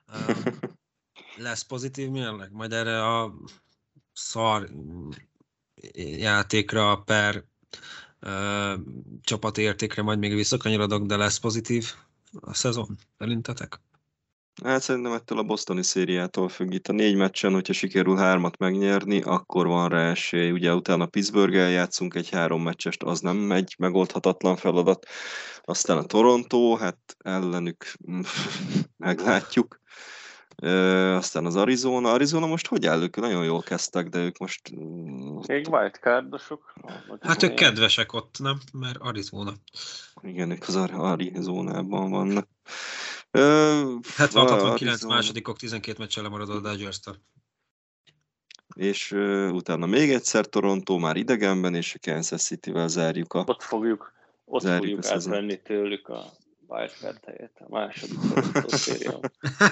Lesz pozitív mérleg? Majd erre a szar játékra per csapatértékre majd még visszakanyarodok, de lesz pozitív a szezon, szerintetek? Hát szerintem ettől a bostoni szériától függ. Itt a 4 meccsen, hogyha sikerül 3-at megnyerni, akkor van rá esély. Ugye utána Pittsburgh-el játszunk egy 3 meccsest, az nem egy megoldhatatlan feladat. Aztán a Toronto, hát ellenük meglátjuk. Aztán az Arizona most hogy áll? Ők nagyon jól kezdtek, de ők most... Még wildcardosok. Hát ők kedvesek ott, nem? Mert Arizona. Igen, ők az Arizonában vannak. 76-69 másodikok, 12 meccsel lemaradott a Dodgers-től. És utána még egyszer Toronto már idegenben, és a Kansas City-vel zárjuk Ott fogjuk átvenni tőlük a wildcard helyet, a második Toronto szériában.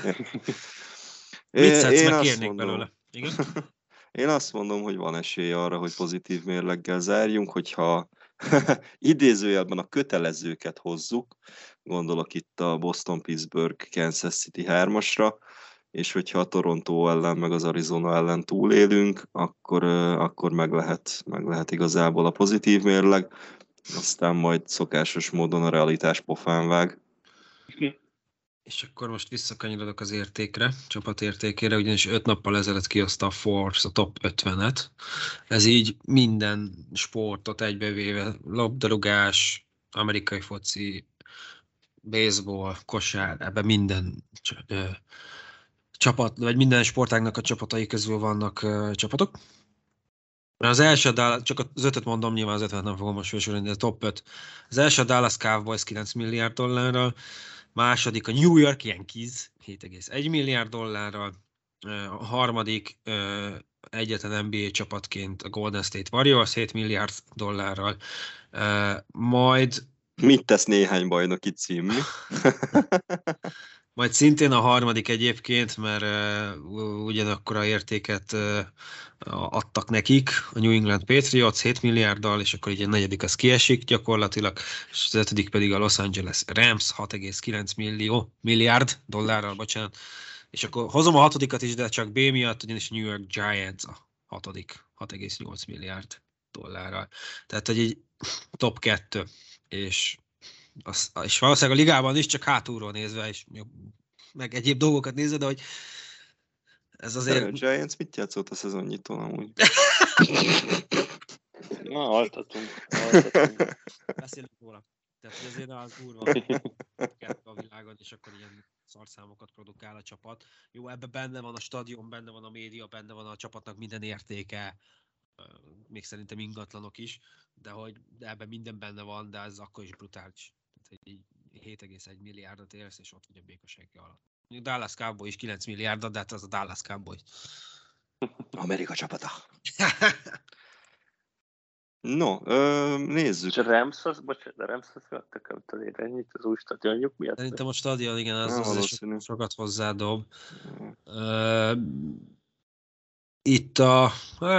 Mit szedsz, meg kérnék belőle? Igen? Én azt mondom, hogy van esély arra, hogy pozitív mérleggel zárjunk, hogyha idézőjelben a kötelezőket hozzuk, gondolok itt a Boston, Pittsburgh, Kansas City 3-asra, és hogyha a Toronto ellen, meg az Arizona ellen túlélünk, akkor meg lehet igazából a pozitív mérleg, aztán majd szokásos módon a realitás pofán vág. És akkor most visszakanyarodok az értékre, csapatértékére, ugyanis 5 nappal ezelőtt kihozta a Forbes a top 50-et. Ez így minden sportot egybevéve, labdarúgás, amerikai foci, baseball, kosár, ebben minden csapat, vagy minden sportágnak a csapatai közül vannak csapatok. Az első, csak az 5-öt mondom, nyilván az 50-et nem fogom most felsorolni, de a top 5. Az első a Dallas Cowboys $9 milliárd, második a New York Yankees 7,1 milliárd dollárral, a harmadik egyetlen NBA csapatként a Golden State Warriors 7 milliárd dollárral, majd... Mit tesz néhány bajnoki cím? Majd szintén a harmadik egyébként, mert ugyanakkora értéket adtak nekik, a New England Patriots 7 milliárddal, és akkor így a negyedik az kiesik gyakorlatilag, és az ötödik pedig a Los Angeles Rams 6,9 milliárd dollárral, bocsánat. És akkor hozom a hatodikat is, de csak B miatt, ugyanis a New York Giants a hatodik 6,8 milliárd dollárral. Tehát, hogy egy top 2, és valószínűleg a ligában is, csak hátulról nézve, és meg egyéb dolgokat nézve, de hogy ez azért... A Giants mit játszott a szezonnyitón amúgy? Na, altatunk. Beszélünk róla. Tehát, hogy azért az durva a világon, és akkor ilyen szarszámokat produkál a csapat. Jó, ebben benne van a stadion, benne van a média, benne van a csapatnak minden értéke, még szerintem ingatlanok is, de ebben minden benne van, de ez akkor is brutális. Tehát, hogy 7,1 milliárdot érsz, és ott vagy a békasegge alatt. Dallas Cowboy is 9 milliárdot, de hát az a Dallas Cowboy. Amerika csapata. No, nézzük. És a Rams adtak el talán ennyit az új stadionjuk miatt? Szerintem a stadion, igen, az sokat hozzádob. Itt a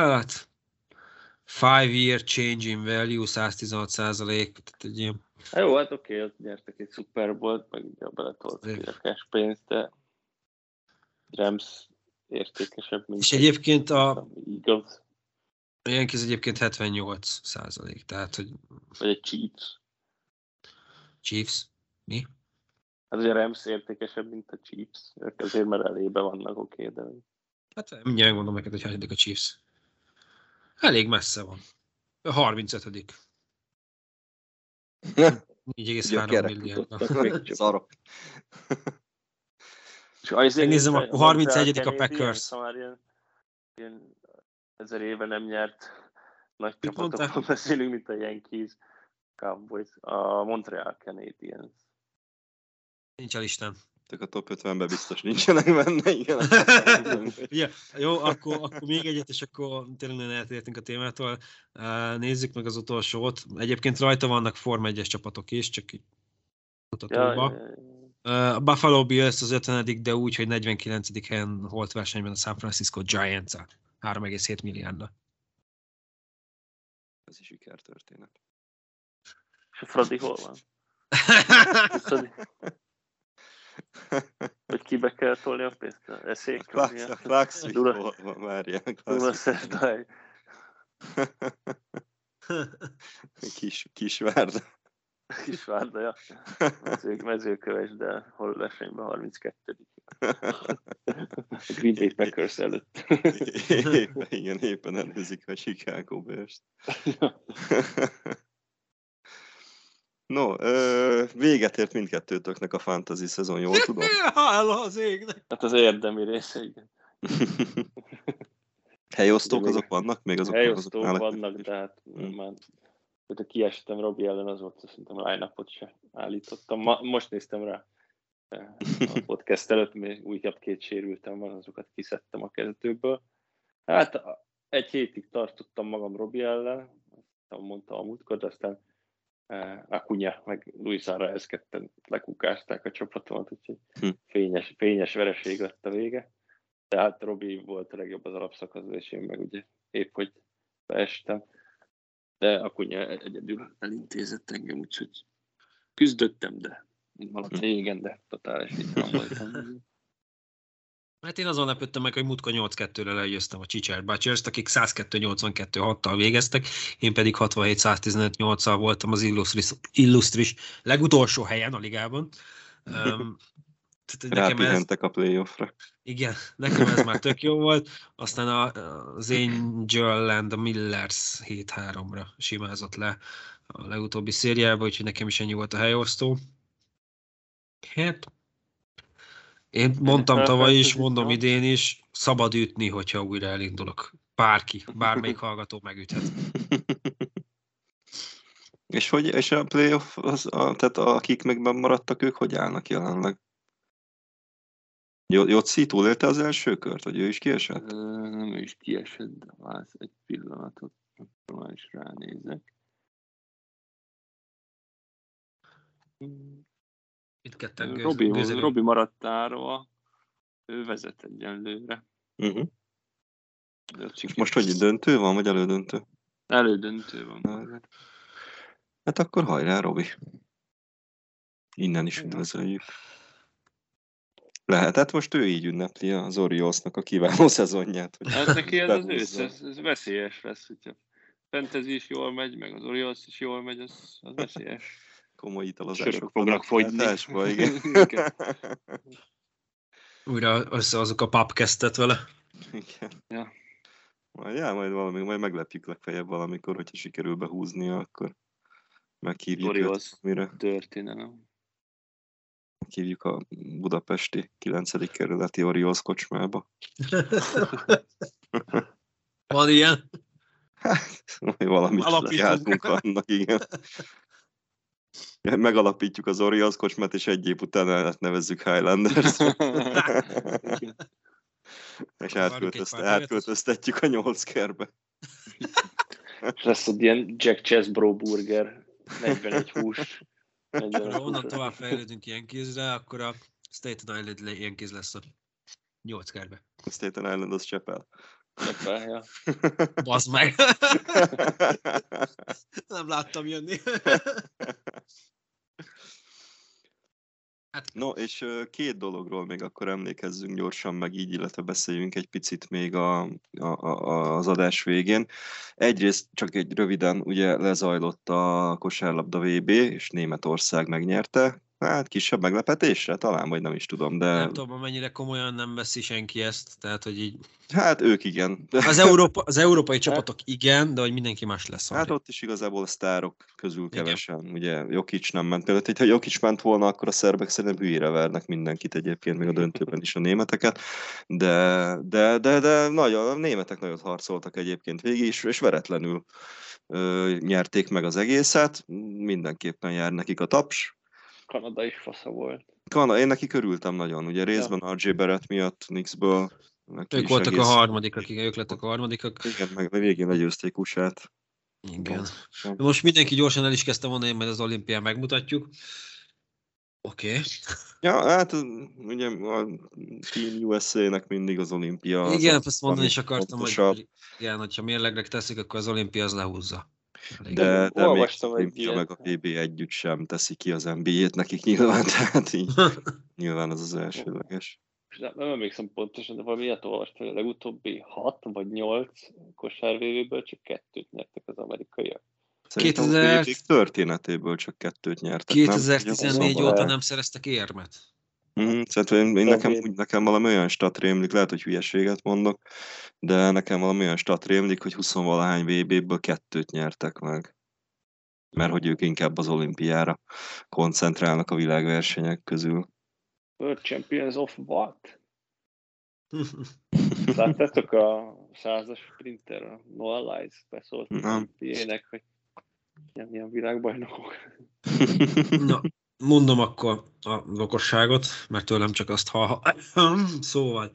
5-year change in value 116%, tehát egy ilyen... Jó, hát oké, ott nyertek egy Super Bowl-t, meg ugye beletoltak a cash pénzt, de Rams értékesebb, mint és egyébként a Eagles. A Yankees egyébként 78%, tehát hogy... Vagy egy Chiefs. Chiefs? Mi? Hát ugye Rams értékesebb, mint a Chiefs. Ők azért, mert elébe vannak, oké, de... Hát mindjárt megmondom neked, hogy hanyadik a Chiefs. Elég messze van. A 35. 4,3 milliárd. Szarok. Megnézem, akkor 31. a Packers. Ilyen 1000 éve nem nyert nagy csapatokról beszélünk, mint a Yankees, Cowboys, a Montreal Canadiens. Nincs a listán. A top 50-ben biztos nincsenek benne, igen. Ja, jó, akkor még egyet, és akkor tényleg nagyon eltértünk a témától. Nézzük meg az utolsót. Egyébként rajta vannak Form 1-es csapatok is, csak így mutatóba. A Buffalo Bills az 50., de úgy, hogy 49. helyen holt versenyben a San Francisco Giants-a 3,7 milliárdra. Ez is sikertörténet. És a Fradi hol van? Hogy kibe kell tolni a pénzt? Eszékről? Klaxvik hol van, várjál. Dunaszerdály. Kisvárda. Kisvárda, ja. Mezőköves, de hol versenyben 32. A Green Bay Packers előtt. Éppen előzik a Chicago Bears-t. No, véget ért mindkettőtöknek a fantasy szezon, jól tudom? Hála az égnek! Hát az érdemi része, igen. Helyosztók azok vannak? Még azok helyosztók vannak, de hát már kiestem Robi ellen, az volt, szerintem a line-upot se állítottam. Most néztem rá a podcast előtt, még újabb 2 sérültem van, azokat kiszedtem a kezdőből. Hát egy hétig tartottam magam Robi ellen, mondta a múltkor, de aztán Acuna meg Luis Arraez ketten lekukázták a csapatomat, úgyhogy fényes vereség lett a vége. Tehát Robi volt a legjobb az alapszakaszban, és én meg ugye épp, hogy beestem. De Acuna egyedül elintézett engem, úgyhogy küzdöttem, de valahogy régen, de totális vitán voltam. Hát én azon lepődtem meg, hogy múltkor 8-2-re legyőztem a Chichard Butchers-t, akik 102-82-6-tal végeztek, én pedig 67-115-8-al voltam az illusztris legutolsó helyen a ligában. Rápihentek a playoffra. Igen, nekem ez már tök jó volt. Aztán az Angel and the Millers 7-3-ra simázott le a legutóbbi szériába, úgyhogy nekem is ennyi volt a helyosztó. Hát, én mondtam tavaly is, mondom idén is, szabad ütni, hogyha újra elindulok. Bármelyik hallgató megüthet. És a playoff, tehát akik meg maradtak, ők hogy állnak jelenleg? Jocsi túlélte az első kört, vagy ő is kiesett? Nem, ő is kiesett, de vársz egy pillanatot, akkor már is ránézek. Robi maradt árva, ő vezet egyenlőre. És most hogy döntő van, vagy elődöntő? Elődöntő van. Hát akkor hajrá, Robi. Innen is üdvözöljük. Lehet, hát most ő így ünnepli az Oriolsnak a kiváló szezonját. Hogy hát neki ez az ősz, ez veszélyes lesz, hogyha Fantasy is jól megy, meg az Orioles is jól megy, az veszélyes. Komoly italozások sörök fognak fogyni. Igen. Újra összehozok a papkesztet vele. Igen. Ja. Majd meglepjük legfeljebb valamikor, hogyha sikerül behúznia, akkor meghívjuk Orioles őt. Történelem. Meghívjuk a budapesti 9. kerületi Orioles kocsmába. Van ilyen? Hát, valamit jártunk annak, igen. Megalapítjuk az Orioles kocsmát, és egy év után nevezzük Highlanders. És átköltöztetjük a 8 kerbe. És lesz egy ilyen Jack Chesbro burger, 41 hús. Ha onnan tovább fejlődünk Yankeesre, akkor a Staten Island Yankees lesz a 8 kerbe. Staten Island az Csepel. Csepel, ja. Bazd meg! Nem láttam jönni. No, és két dologról még akkor emlékezzünk gyorsan meg így, illetve beszéljünk egy picit még az adás végén. Egyrészt csak egy röviden, ugye lezajlott a kosárlabda VB, és Németország megnyerte. Hát kisebb meglepetésre talán, vagy nem is tudom, de... Nem tudom, mennyire komolyan nem veszi senki ezt, tehát hogy így... Hát ők igen. Az európai csapatok igen, de hogy mindenki más lesz. Hát ott is igazából a sztárok közül kevesen. Igen. Ugye Jokic nem ment. Például, ha Jokic ment volna, akkor a szerbek szerintem hülyére vernek mindenkit egyébként, még a döntőben is a németeket. De nagyon, a németek nagyot harcoltak egyébként végig, és veretlenül nyerték meg az egészet. Mindenképpen jár nekik a taps. Kanada is fasza volt. Én neki körültem nagyon, ugye részben RJ Barrett miatt, Knicksből. Ők voltak a harmadikak, igen, ők lettek a harmadikak. Igen, meg végén legyőzték USA-t. Igen. Most mindenki gyorsan el is kezdte mondani, mert az olimpián megmutatjuk. Oké. Ja, hát ugye a Team USA-nek mindig az olimpia. Igen, ezt mondani is akartam, hogy igen, hogyha mérlegre teszik, akkor az olimpia az lehúzza. De még az olimpia meg a VB együtt sem teszi ki az NBA-t nekik nyilván, tehát így nyilván az elsőleges. Nem emlékszem pontosan, de valami ilyet olvastam, hogy a legutóbbi 6 vagy 8 kosár VB-ből csak 2-t nyertek az amerikaiak. Szerintem a VB történetéből csak 2-t nyertek. 2014 óta nem szereztek érmet. Szerintem nekem valami olyan stat rémlik, lehet, hogy hülyeséget mondok, de nekem valami olyan stat rémlik, hogy 20-valahány VB-ből 2-t nyertek meg. Mert hogy ők inkább az olimpiára koncentrálnak a világversenyek közül. World Champions of what? Láttátok a 100-as sprinter, a Noah Lyles beszólt ilyenek, hogy ilyen világbajnokok. Na, mondom akkor a okosságot, mert tőlem csak azt Szóval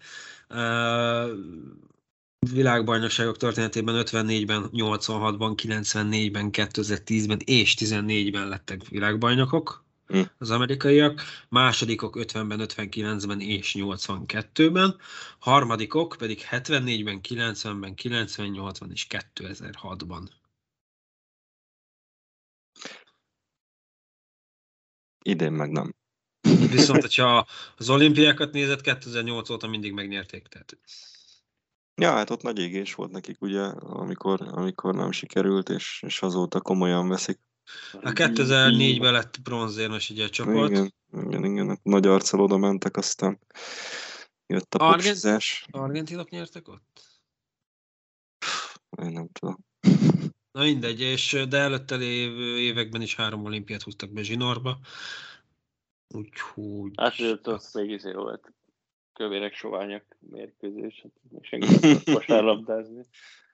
világbajnokságok történetében 54-ben, 86-ban, 94-ben, 2010-ben és 14-ben lettek világbajnokok az amerikaiak, másodikok 50-ben, 59-ben és 82-ben, harmadikok pedig 74-ben, 90-ben, 98-ban és 2006-ban. Idén meg nem. Viszont, hogyha az olimpiákat nézett, 2008 óta mindig megnyerték. Tehát... Ja, hát ott nagy égés volt nekik, ugye, amikor nem sikerült, és azóta komolyan veszik. A 2004-ben lett bronzérmes ugye a csapat. Igen, nagy arccal oda mentek, aztán jött a popsizás. Argentinok nyertek ott? Én nem tudom. Na mindegy, de előtte lévő években is 3 olimpiát húztak be zsinórba. Úgyhogy... Hát ott még volt kövérek soványak mérkőzés, senki nem tudott kosárlabdázni.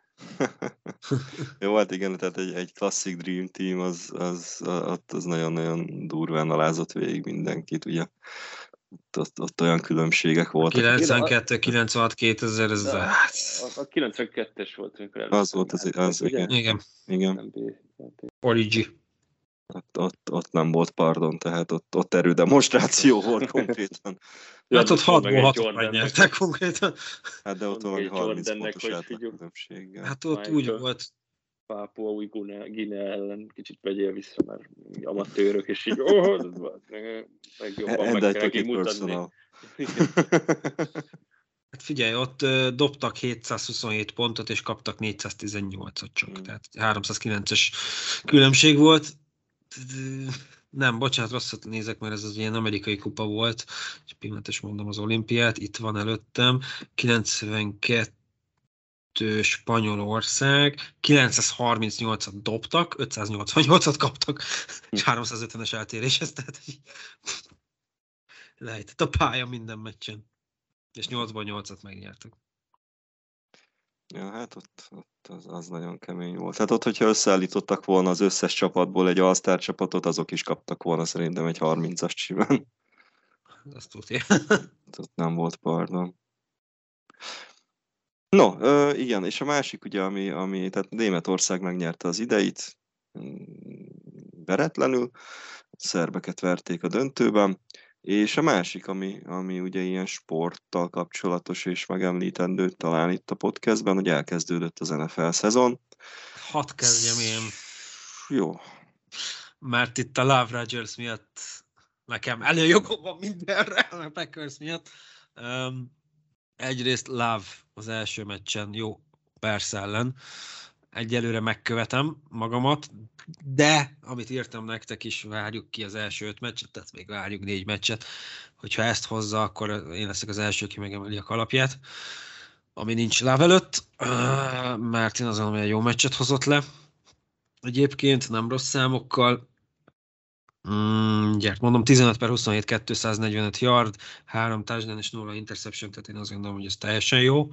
Jó, hát igen, tehát egy klasszik Dream Team az nagyon-nagyon durván alázott végig mindenkit, ugye. Ott olyan különbségek voltak. 92, 96, 2000, ez a 92-es volt, amikor előtt. Az volt, az igen. Origi. Ott nem volt pardon, tehát ott erődemonstráció volt konkrétan. Hát ott 6-ból 6-ot megnyertek konkrétan. Hát de ott valami 30 pontos átlagkülönbséggel. Hát ott úgy volt. Pápua új Guinea ellen kicsit vegyél vissza, mert amatőrök, és így meg jobban meg kell neki mutatni. Hát figyelj, ott dobtak 727 pontot, és kaptak 418-ot csak. Tehát 309-es különbség volt. Nem, bocsánat, rosszat nézek, mert ez az ilyen amerikai kupa volt. Egy pillanatos mondom az olimpiát, itt van előttem. 92 Spanyolország, 938-at dobtak, 588-at kaptak, és 350-es eltéréshez, tehát lejtett a pálya minden meccsen. És 8-ból 8-at megnyertek. Ja, hát ott az nagyon kemény volt. Hát ott, hogyha összeállítottak volna az összes csapatból egy All-Star csapatot, azok is kaptak volna szerintem egy 30-as simán. Azt tudja. Ott nem volt pardon. No, igen, és a másik ugye, ami tehát Németország megnyerte az ideit, veretlenül, szerbeket verték a döntőben, és a másik, ami ugye ilyen sporttal kapcsolatos és megemlítendő talán itt a podcastben, hogy elkezdődött az NFL szezon. Hadd kezdjem én. Jó. Mert itt a Love Rodgers miatt nekem előjogom van mindenre, a Packers miatt. Egyrészt Love az első meccsen jó Bears ellen. Egyelőre megkövetem magamat, de amit írtam nektek is, várjuk ki az első 5 meccset, tehát még várjuk 4 meccset. Hogyha ezt hozza, akkor én leszek az első, aki megemeli a kalapját, ami nincs Love előtt, mert én azon, hogy egy jó meccset hozott le. Egyébként nem rossz számokkal. Gyert mondom, 15/27, 245 yard, 3 touchdown és 0 interception, tehát én azt gondolom, hogy ez teljesen jó.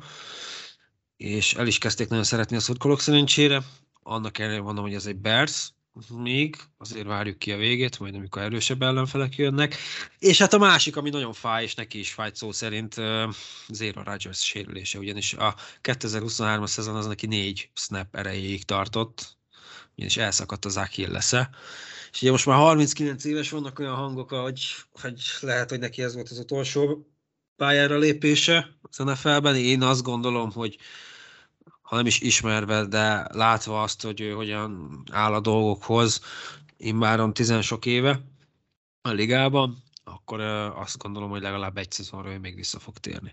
És el is kezdték nagyon szeretni a szurkolók szerencsére. Annak ellenére mondom, hogy ez egy Bears, még azért várjuk ki a végét, majd amikor erősebb ellenfelek jönnek. És hát a másik, ami nagyon fáj, és neki is fájt szó szerint, Zero Rodgers sérülése, ugyanis a 2023-as szezon az neki 4 snap erejéig tartott, ugyanis elszakadt az Achillesze. És ugye most már 39 éves, vannak olyan hangok, hogy lehet, hogy neki ez volt az utolsó pályára lépése az NFL-ben. Én azt gondolom, hogy ha nem is ismerve, de látva azt, hogy ő hogyan áll a dolgokhoz, immáron 10 sok éve a ligában, akkor azt gondolom, hogy legalább egy szezonra ő még vissza fog térni.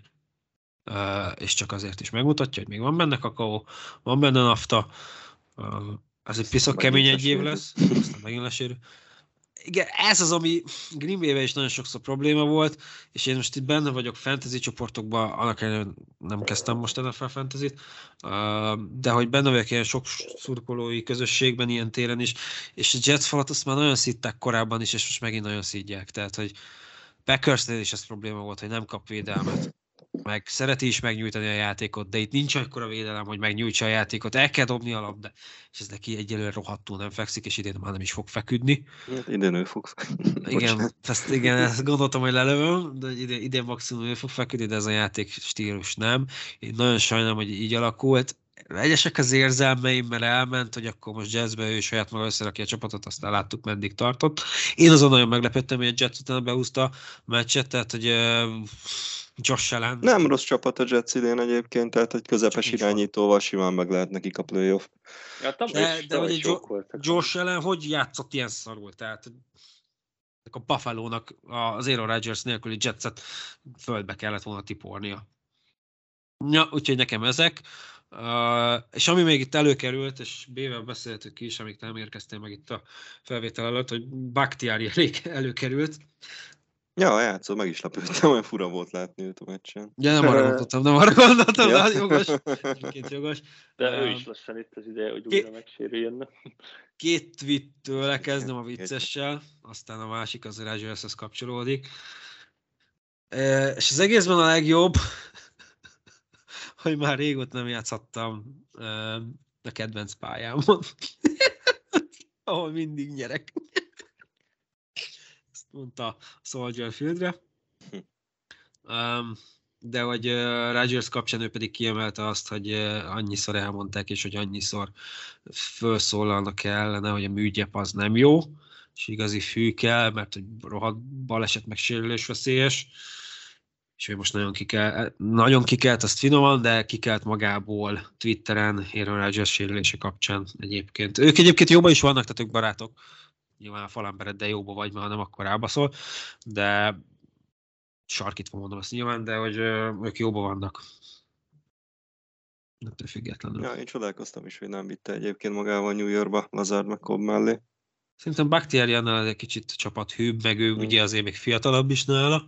És csak azért is megmutatja, hogy még van benne kakaó, van benne nafta, az egy piszok kemény egy év lesz, aztán megint lesérül. Igen, ez az, ami Green Bay-ben is nagyon sokszor probléma volt, és én most itt benne vagyok fantasy csoportokban, annak ellenére nem kezdtem most NFL fantasy-t, de hogy benne vagyok ilyen sok szurkolói közösségben ilyen téren is, és a Jets falat azt már nagyon szitták korábban is, és most megint nagyon szidják, tehát hogy Packersnél is ez probléma volt, hogy nem kap védelmet, meg szereti is megnyújtani a játékot, de itt nincs akkora védelem, hogy megnyújtsa a játékot, el kell dobni a labdát, és ez neki egyelőre rohadtul nem fekszik, és idén már nem is fog feküdni. Idén ő fog feküdni. Igen, ezt gondoltam, hogy lelövöm, de idén maximum ő fog feküdni, de ez a játék stílus nem. Én nagyon sajnálom, hogy így alakult. Egyesek az érzelmeim, mert elment, hogy akkor most Jazzbe ő saját maga összerakja a csapatot, aztán láttuk, meddig tartott. Én azon nagyon meglepődtem, hogy a Jets utána behúzta a meccset, tehát hogy Josh Allen. Nem rossz csapat a Jets idén egyébként, tehát hogy közepes irányítóval simán meg lehet nekik a playoff. Ja, de hogy egy Josh Allen hogy játszott ilyen szarul? Tehát a Buffalo-nak az Aaron Rodgers nélküli Jetset földbe kellett volna tipornia. Ja, úgyhogy nekem ezek. És ami még itt előkerült, és B-vel beszéltük is, amíg nem érkeztél meg itt a felvétel előtt, hogy Bakhtiari előkerült. Ja, játszol, meg is lepődtem, olyan fura volt látni őt a meccsen. Ja, nem arra gondoltam, de jogos. Jogos. De ő is lassan itt az ideje, hogy újra megsérüljön. 2 tweettől lekezdem a viccessel, aztán a másik az Rodgershez kapcsolódik. És az egészben a legjobb, hogy már régóta nem játszhattam a kedvenc pályámon, ahol mindig nyerek. Ezt mondta Soldier Fieldre. De hogy Rodgers kapcsán ő pedig kiemelte azt, hogy annyiszor elmondták, és hogy annyiszor felszólalnak ellene, hogy a műgyep az nem jó, és igazi fű kell, mert hogy rohadt baleset meg sérülés veszélyes, és ő most nagyon kikelt, azt finoman, de kikelt magából Twitteren Aaron Rodgers sérülése kapcsán egyébként. Ők egyébként jóban is vannak, tehát ők barátok, nyilván a falembered, de jóba vagy, mert nem akkor rábaszol, de sarkítva mondom azt nyilván, de hogy ők jóban vannak. Ettől függetlenül. Ja, én csodálkoztam is, hogy nem vitte egyébként magával New Yorkba Lazard meg Cobb mellé. Szerintem Bakhtiari annál egy kicsit csapathűbb, meg ő ugye azért még fiatalabb is nála.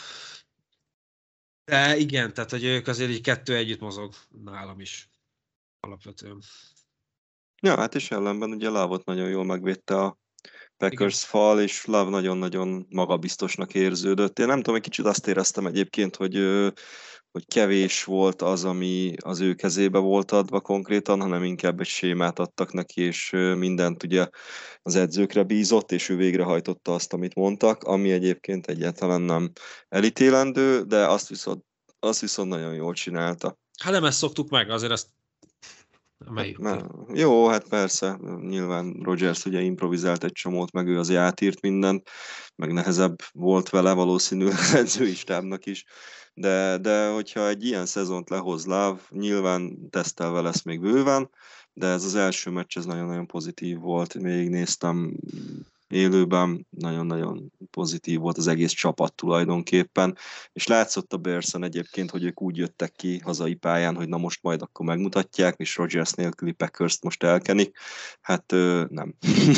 De igen, tehát hogy ők azért így 2 együtt mozog nálam is alapvetően. Ja, hát és ellenben ugye Love-ot nagyon jól megvédte a Packers fal, és Love nagyon-nagyon magabiztosnak érződött. Én nem tudom, egy kicsit azt éreztem egyébként, hogy kevés volt az, ami az ő kezébe volt adva konkrétan, hanem inkább egy sémát adtak neki, és mindent ugye az edzőkre bízott, és ő végrehajtotta azt, amit mondtak, ami egyébként egyáltalán nem elítélendő, de azt viszont nagyon jól csinálta. Hát nem ezt szoktuk meg, azért azt emeljük ki. Jó, hát persze, nyilván Rodgers ugye improvizált egy csomót, meg ő az átírt mindent, meg nehezebb volt vele valószínűleg az edzői stábnak is, de hogyha egy ilyen szezont lehoz Love, nyilván tesztelve lesz még bőven, de ez az első meccs ez nagyon-nagyon pozitív volt, végignéztem élőben, nagyon-nagyon pozitív volt az egész csapat tulajdonképpen, és látszott a Bearsen egyébként, hogy ők úgy jöttek ki hazai pályán, hogy na most majd akkor megmutatják, és Rodgers nélküli Packers-t most elkenik. Hát nem.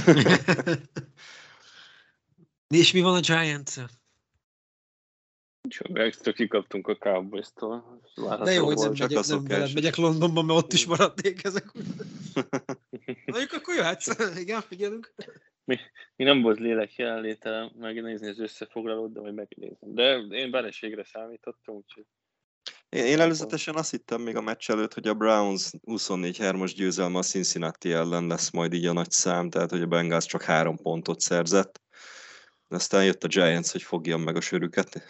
És mi van a Giants-el? Csak extra kikaptunk a Cowboys-tól. De jó, hogy nem megyek Londonba, mert ott is maradnék ezek. Mondjuk akkor jöhetsz. Igen, figyelünk. Mi nem volt lélek jelenléte megnézni az összefoglalót, de majd megnézem. De én vereségre számítottam, úgyhogy... Én előzetesen azt hittem még a meccs előtt, hogy a Browns 24-3-as győzelme a Cincinnati ellen lesz majd így a nagy szám, tehát hogy a Bengals csak 3 pontot szerzett. De aztán jött a Giants, hogy fogjam meg a sörüket.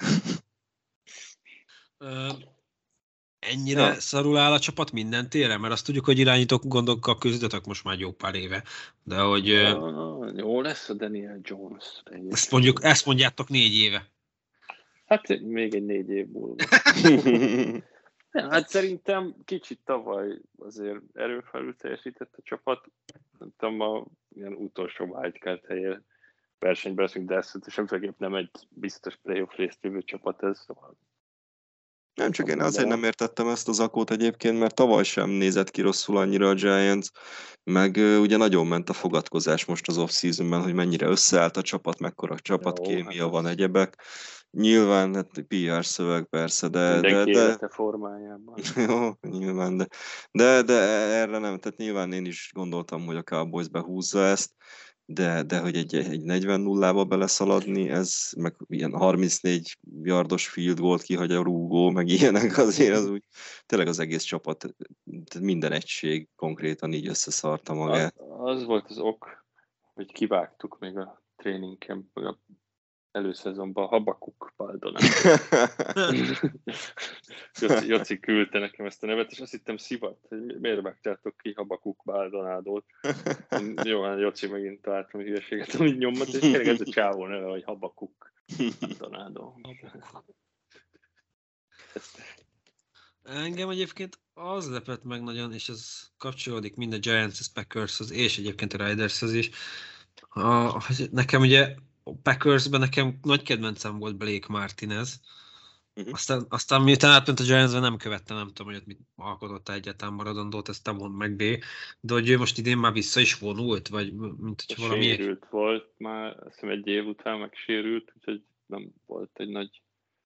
Ennyire szarul áll a csapat minden téren? Mert azt tudjuk, hogy irányítók gondokkal küzdötök most már jó pár éve. De hogy... jó lesz a Daniel Jones. Ezt mondjátok 4 éve. Hát még egy 4 év múlva. Hát szerintem kicsit tavaly azért erőfelül teljesített a csapat. Nem tudom, a ilyen utolsó wildcard helyén versenyben leszünk, de ezt semmiképp nem egy biztos playoff résztvevő csapat ez. Szóval nem, csak én azért nem értettem ezt az Zakót egyébként, mert tavaly sem nézett ki rosszul annyira a Giants, meg ugye nagyon ment a fogadkozás most az off-seasonben, hogy mennyire összeállt a csapat, mekkora csapatkémia van, egyebek. Nyilván, hát PR szöveg persze, de formájában. Jó, nyilván, de erre nem, tehát nyilván én is gondoltam, hogy a Cowboys behúzza ezt, de hogy egy 40-0-ba beleszaladni, ez meg ilyen 34 yardos field goalt kihagy a rúgó, meg ilyenek azért az úgy, tényleg az egész csapat, minden egység konkrétan így összeszarta magát. Az volt az ok, hogy kivágtuk még a training camp, a előszezonban Habakuk Baldonát. Joci küldte nekem ezt a nevet, és azt hittem szivat, hogy miért vágtátok ki Habakuk Baldonádot. Jó, Joci megint találtam a hülyeséget, amit nyomott, és tényleg ez a csávó neve, hogy Habakuk Baldonádó. Engem egyébként az lepett meg nagyon, és ez kapcsolódik mind a Giants-hez, Packershez, és egyébként a Ridershez is. Nekem ugye a Packersben nekem nagy kedvencem volt Blake Martinez. Aztán miután átment a Giants-ben nem követtem, nem tudom, hogy ott mit alkotott egyáltalán maradandót, ezt nem mond meg B. De hogy ő most idén már vissza is vonult, vagy mint hogy valami... Sérült volt már, azt hiszem 1 év után megsérült, úgyhogy nem volt egy nagy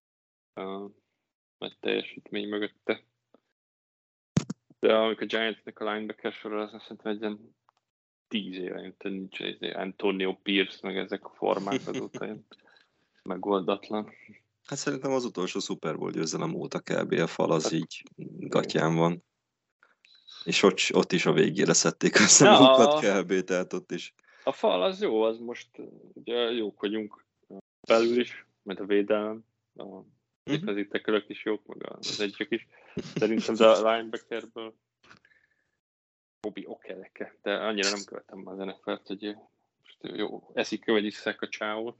teljesítmény mögötte. De amikor a Giants-nek a linebacker sorol, az szerintem egy ilyen 10 éve, nincs Antonio Pierce, meg ezek a formák azóta ilyen megoldatlan. Hát szerintem az utolsó Super Bowl győzelem óta kb. A fal az így gatyán van. És ott is a végére szedték össze magukat kb. Tehát ott is. A fal az jó, az most ugye jók vagyunk belül is, mert a védelem, az itt tekölök is jók, meg az egyik is. Szerintem a linebackerből Bobby Okereke, de annyira nem követem az NFL-t, hogy jó, eszik vagy isszák a csávót.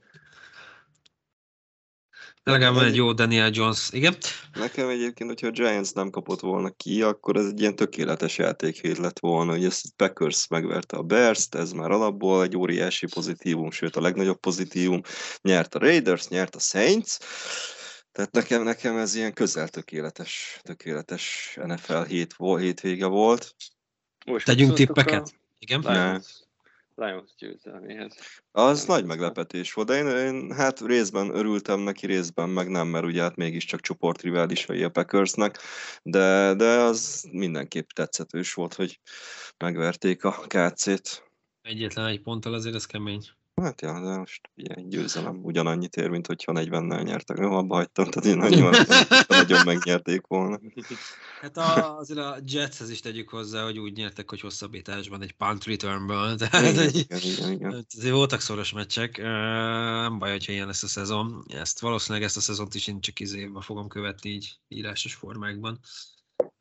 Legalább van egy jó Daniel Jones, igen. Nekem egyébként, hogyha a Giants nem kapott volna ki, akkor ez egy ilyen tökéletes játékhét lett volna, hogy ezt Packers megverte a Bears-t, ez már alapból egy óriási pozitívum, sőt a legnagyobb pozitívum. Nyert a Raiders, nyert a Saints, tehát nekem ez ilyen közel tökéletes NFL hétvége volt. Most tegyünk tippeket. Igen? Lions győzelméhez. Az nagy meglepetés volt, de én hát részben örültem neki, részben meg nem, mert ugye hát mégiscsak csoportriválisai a Packersnek, de az mindenképp tetszetős volt, hogy megverték a KC-t. Egyetlen egy ponttal azért ez kemény. Hát ja, de most ugye egy győzelem ugyanannyit ér, mint hogyha 40-nel nyertek. Jó, abba hagytam, tehát én nagyon megnyerték volna. Hát azért a Jetshez is tegyük hozzá, hogy úgy nyertek, hogy hosszabbításban egy punt returnből. Igen. Azért voltak szoros meccsek. Nem baj, hogyha ilyen lesz a szezon. Valószínűleg ezt a szezont is én csak izébe fogom követni így írásos formákban.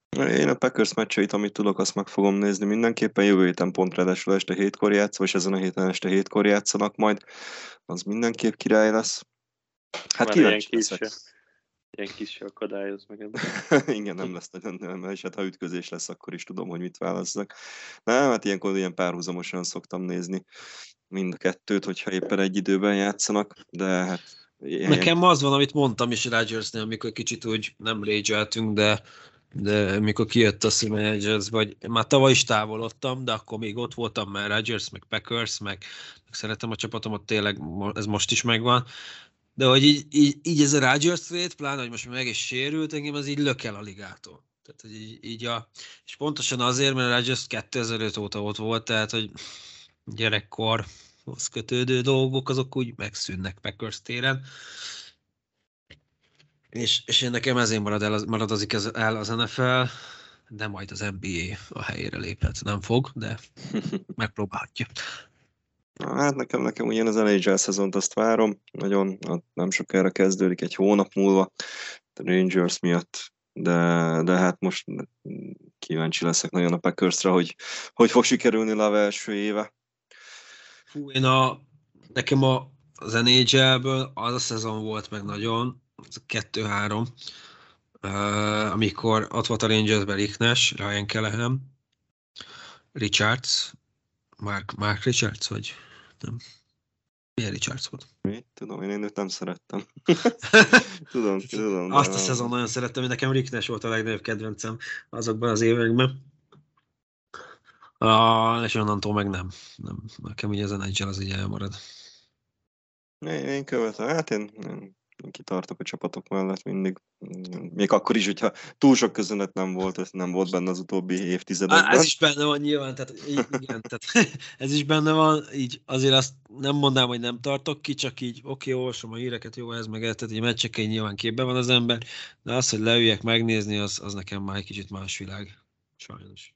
Én a Packers meccseit, amit tudok, azt meg fogom nézni mindenképpen. Jövő héten pont ráadásul este 7-kor játsz, vagy ezen a héten este 7-kor játszanak majd. Az mindenképp király lesz. Hát kíváncsi leszek. Ilyen kis se akadályoz meg ebben. Igen, nem lesz nagyon, és hát ha ütközés lesz, akkor is tudom, hogy mit válasszak. Nem, hát ilyenkor ilyen párhuzamosan szoktam nézni mind a kettőt, hogyha éppen egy időben játszanak, de hát... Nekem az van, amit mondtam is Rodgersnél, amikor kicsit úgy nem rage-eltünk, de mikor kijött a Rodgers, vagy már tavaly is távolodtam, de akkor még ott voltam, mert Rodgers, meg Packers, meg szeretem a csapatomat, tényleg ez most is megvan. De hogy így ez a Rodgers trade, pláne, hogy most meg is sérült, engem az így lökel a ligától. Tehát, hogy és pontosan azért, mert Rodgers 2005 óta ott volt, tehát, hogy gyerekkorhoz kötődő dolgok, azok úgy megszűnnek Packers téren. És én nekem ezért maradozik el az NFL, de majd az NBA a helyére léphet. Nem fog, de megpróbálhatja. Hát nekem ugyan az NHL szezont azt várom, nagyon nem sokára kezdődik, egy hónap múlva, a Rangers miatt, de hát most kíváncsi leszek nagyon a Packersre, hogy fog sikerülni Love első éve. Fú, nekem az NHL-ből az a szezon volt meg nagyon, az a 2-3, amikor ott volt a Rangersben Rick Nash, Ryan Callahan, Richards, Mark Richards, vagy nem? Milyen Richards volt? Mit? Tudom, én őt nem szerettem. tudom. Azt a szezon nagyon szerettem, hogy nekem Rick Nash volt a legnagyobb kedvencem azokban az években. És onnantól meg nem. Nekem így az NHL az így elmarad. Én követem. Hát én kitartok a csapatok mellett mindig. Még akkor is, hogyha túl sok közönet nem volt benne az utóbbi évtizedekben. Ez is benne van nyilván, tehát igen, tehát ez is benne van, így azért azt nem mondanám, hogy nem tartok ki, csak így oké, olvasom a híreket, jó, ez meg tehát így meccseken nyilván képben van az ember, de az, hogy leüljek megnézni, az nekem már egy kicsit más világ, sajnos.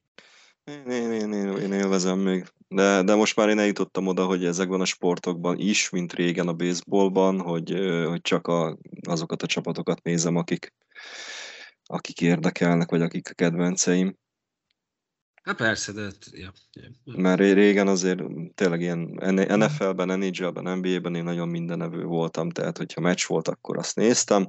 Én élvezem még, de most már én eljutottam oda, hogy ezekben a sportokban is, mint régen a baseballban, hogy csak azokat a csapatokat nézem, akik érdekelnek, vagy akik a kedvenceim. Hát persze, de... Ja. Mert régen azért tényleg ilyen NFL-ben, NHL-ben, NBA-ben én nagyon mindenevő voltam, tehát hogyha meccs volt, akkor azt néztem,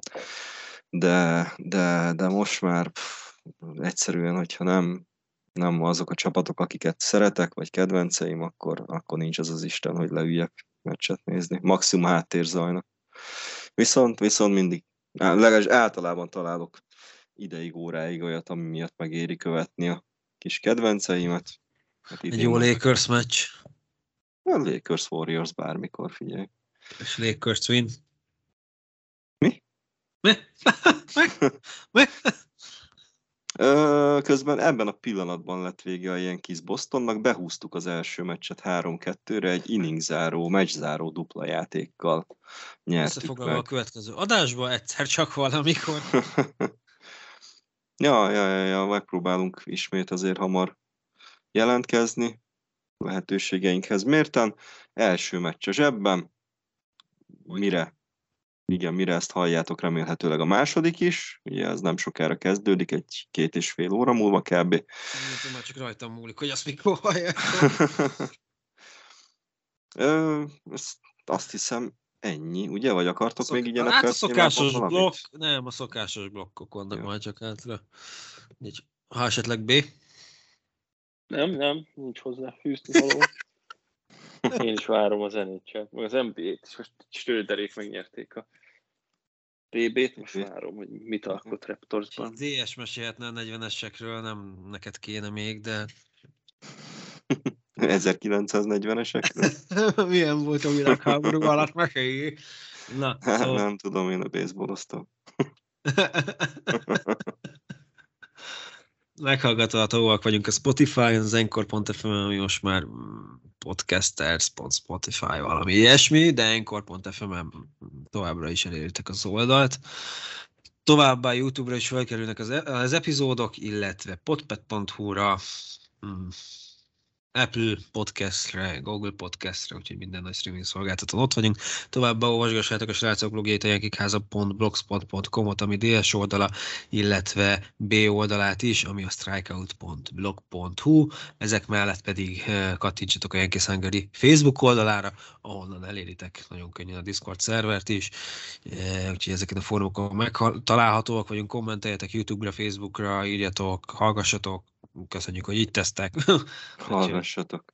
de most már egyszerűen, hogyha nem azok a csapatok, akiket szeretek, vagy kedvenceim, akkor nincs az Isten, hogy leüljek meccset nézni. Maximum háttérzajnak. Viszont mindig, legalábbis általában találok ideig, óráig olyat, ami miatt megéri követni a kis kedvenceimet. Hát egy jó Lakers meccs. A Lakers Warriors bármikor, figyelj. És Lakers win. Mi? Mi? Közben ebben a pillanatban lett vége a Yankees Bostonnak, behúztuk az első meccset 3-2-re, egy inning-záró, meccs-záró dupla játékkal nyertük összefoglalva meg. A következő adásban egyszer csak valamikor. Ja, megpróbálunk ismét azért hamar jelentkezni lehetőségeinkhez mérten. Első meccs a zsebben. Mire ezt halljátok, remélhetőleg a második is. Ugye ez nem sokára kezdődik, egy 2,5 óra múlva kb. Már csak rajtam múlik, hogy azt mikor hallják. Azt hiszem ennyi, ugye? Vagy akartok még így hát a szokásos blokk, nem, a szokásos blokkok vannak majd csak hátra. Ha esetleg B? Nem, nincs hozzá fűzni való. Én is várom az NHL-t, meg az NBA-t is, most Schröderék megnyerték a TB-t, most várom, hogy mit alkot Raptorsban. DS mesélhetne a 40-esekről, nem neked kéne még, de... 1940-esekről? Milyen volt a világháború alatt, meséljék? Na, szóval... Nem tudom, én a baseballoztam. Meghallgathatóak vagyunk a Spotify-on, az Anchor.fm, ami most már Podcasters, Spotify, valami ilyesmi, de Anchor.fm továbbra is elértek az oldalt. Továbbá YouTube-ra is felkerülnek az epizódok, illetve podpet.hu-ra Apple Podcastre, Google Podcastre, úgyhogy minden nagy streaming szolgáltatón ott vagyunk. Továbbá olvasgassátok a srácok blogjait, a yankikháza.blogspot.com-ot, ami DS oldala, illetve B oldalát is, ami a strikeout.blog.hu. Ezek mellett pedig kattintsatok a Yankees Hungary Facebook oldalára, ahonnan eléritek nagyon könnyen a Discord szervert is. Úgyhogy ezeken a fórumokon megtalálhatóak vagyunk, kommenteljetek YouTube-ra, Facebookra, írjatok, hallgassatok. Köszönjük, hogy itt tesztek. Hallgassatok.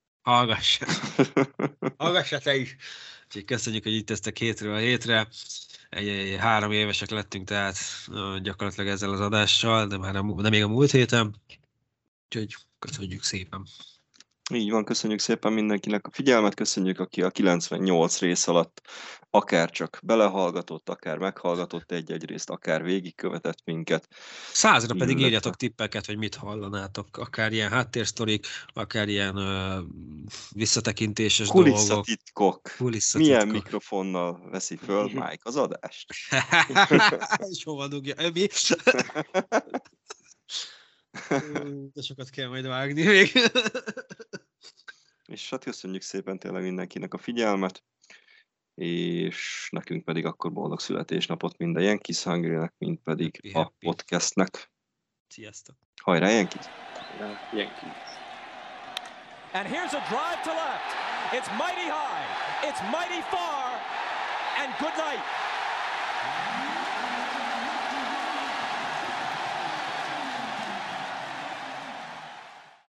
Hallgass te is. Úgyhogy köszönjük, hogy itt tesztek hétről a hétre. 3 évesek lettünk, tehát gyakorlatilag ezzel az adással, de még a múlt héten. Úgyhogy köszönjük szépen. Így van, köszönjük szépen mindenkinek a figyelmet, köszönjük, aki a 98 rész alatt akár csak belehallgatott, akár meghallgatott egy-egy részt, akár végigkövetett minket. 100-ra pedig írjatok tippeket, hogy mit hallanátok, akár ilyen háttérsztorik, akár ilyen visszatekintéses dolgok. Kulisszatitkok. Milyen mikrofonnal veszi föl Mike az adást? És hova dugja? Mi? De sokat kell majd vágni még. És hát köszönjük szépen tényleg mindenkinek a figyelmet, és nekünk pedig akkor boldog születésnapot mind a Yankees Hungary-nek, mind pedig a podcastnek. Sziasztok! Hajrá Yankees! Yankees! And here's a drive to left. It's mighty high. It's mighty far. And good night.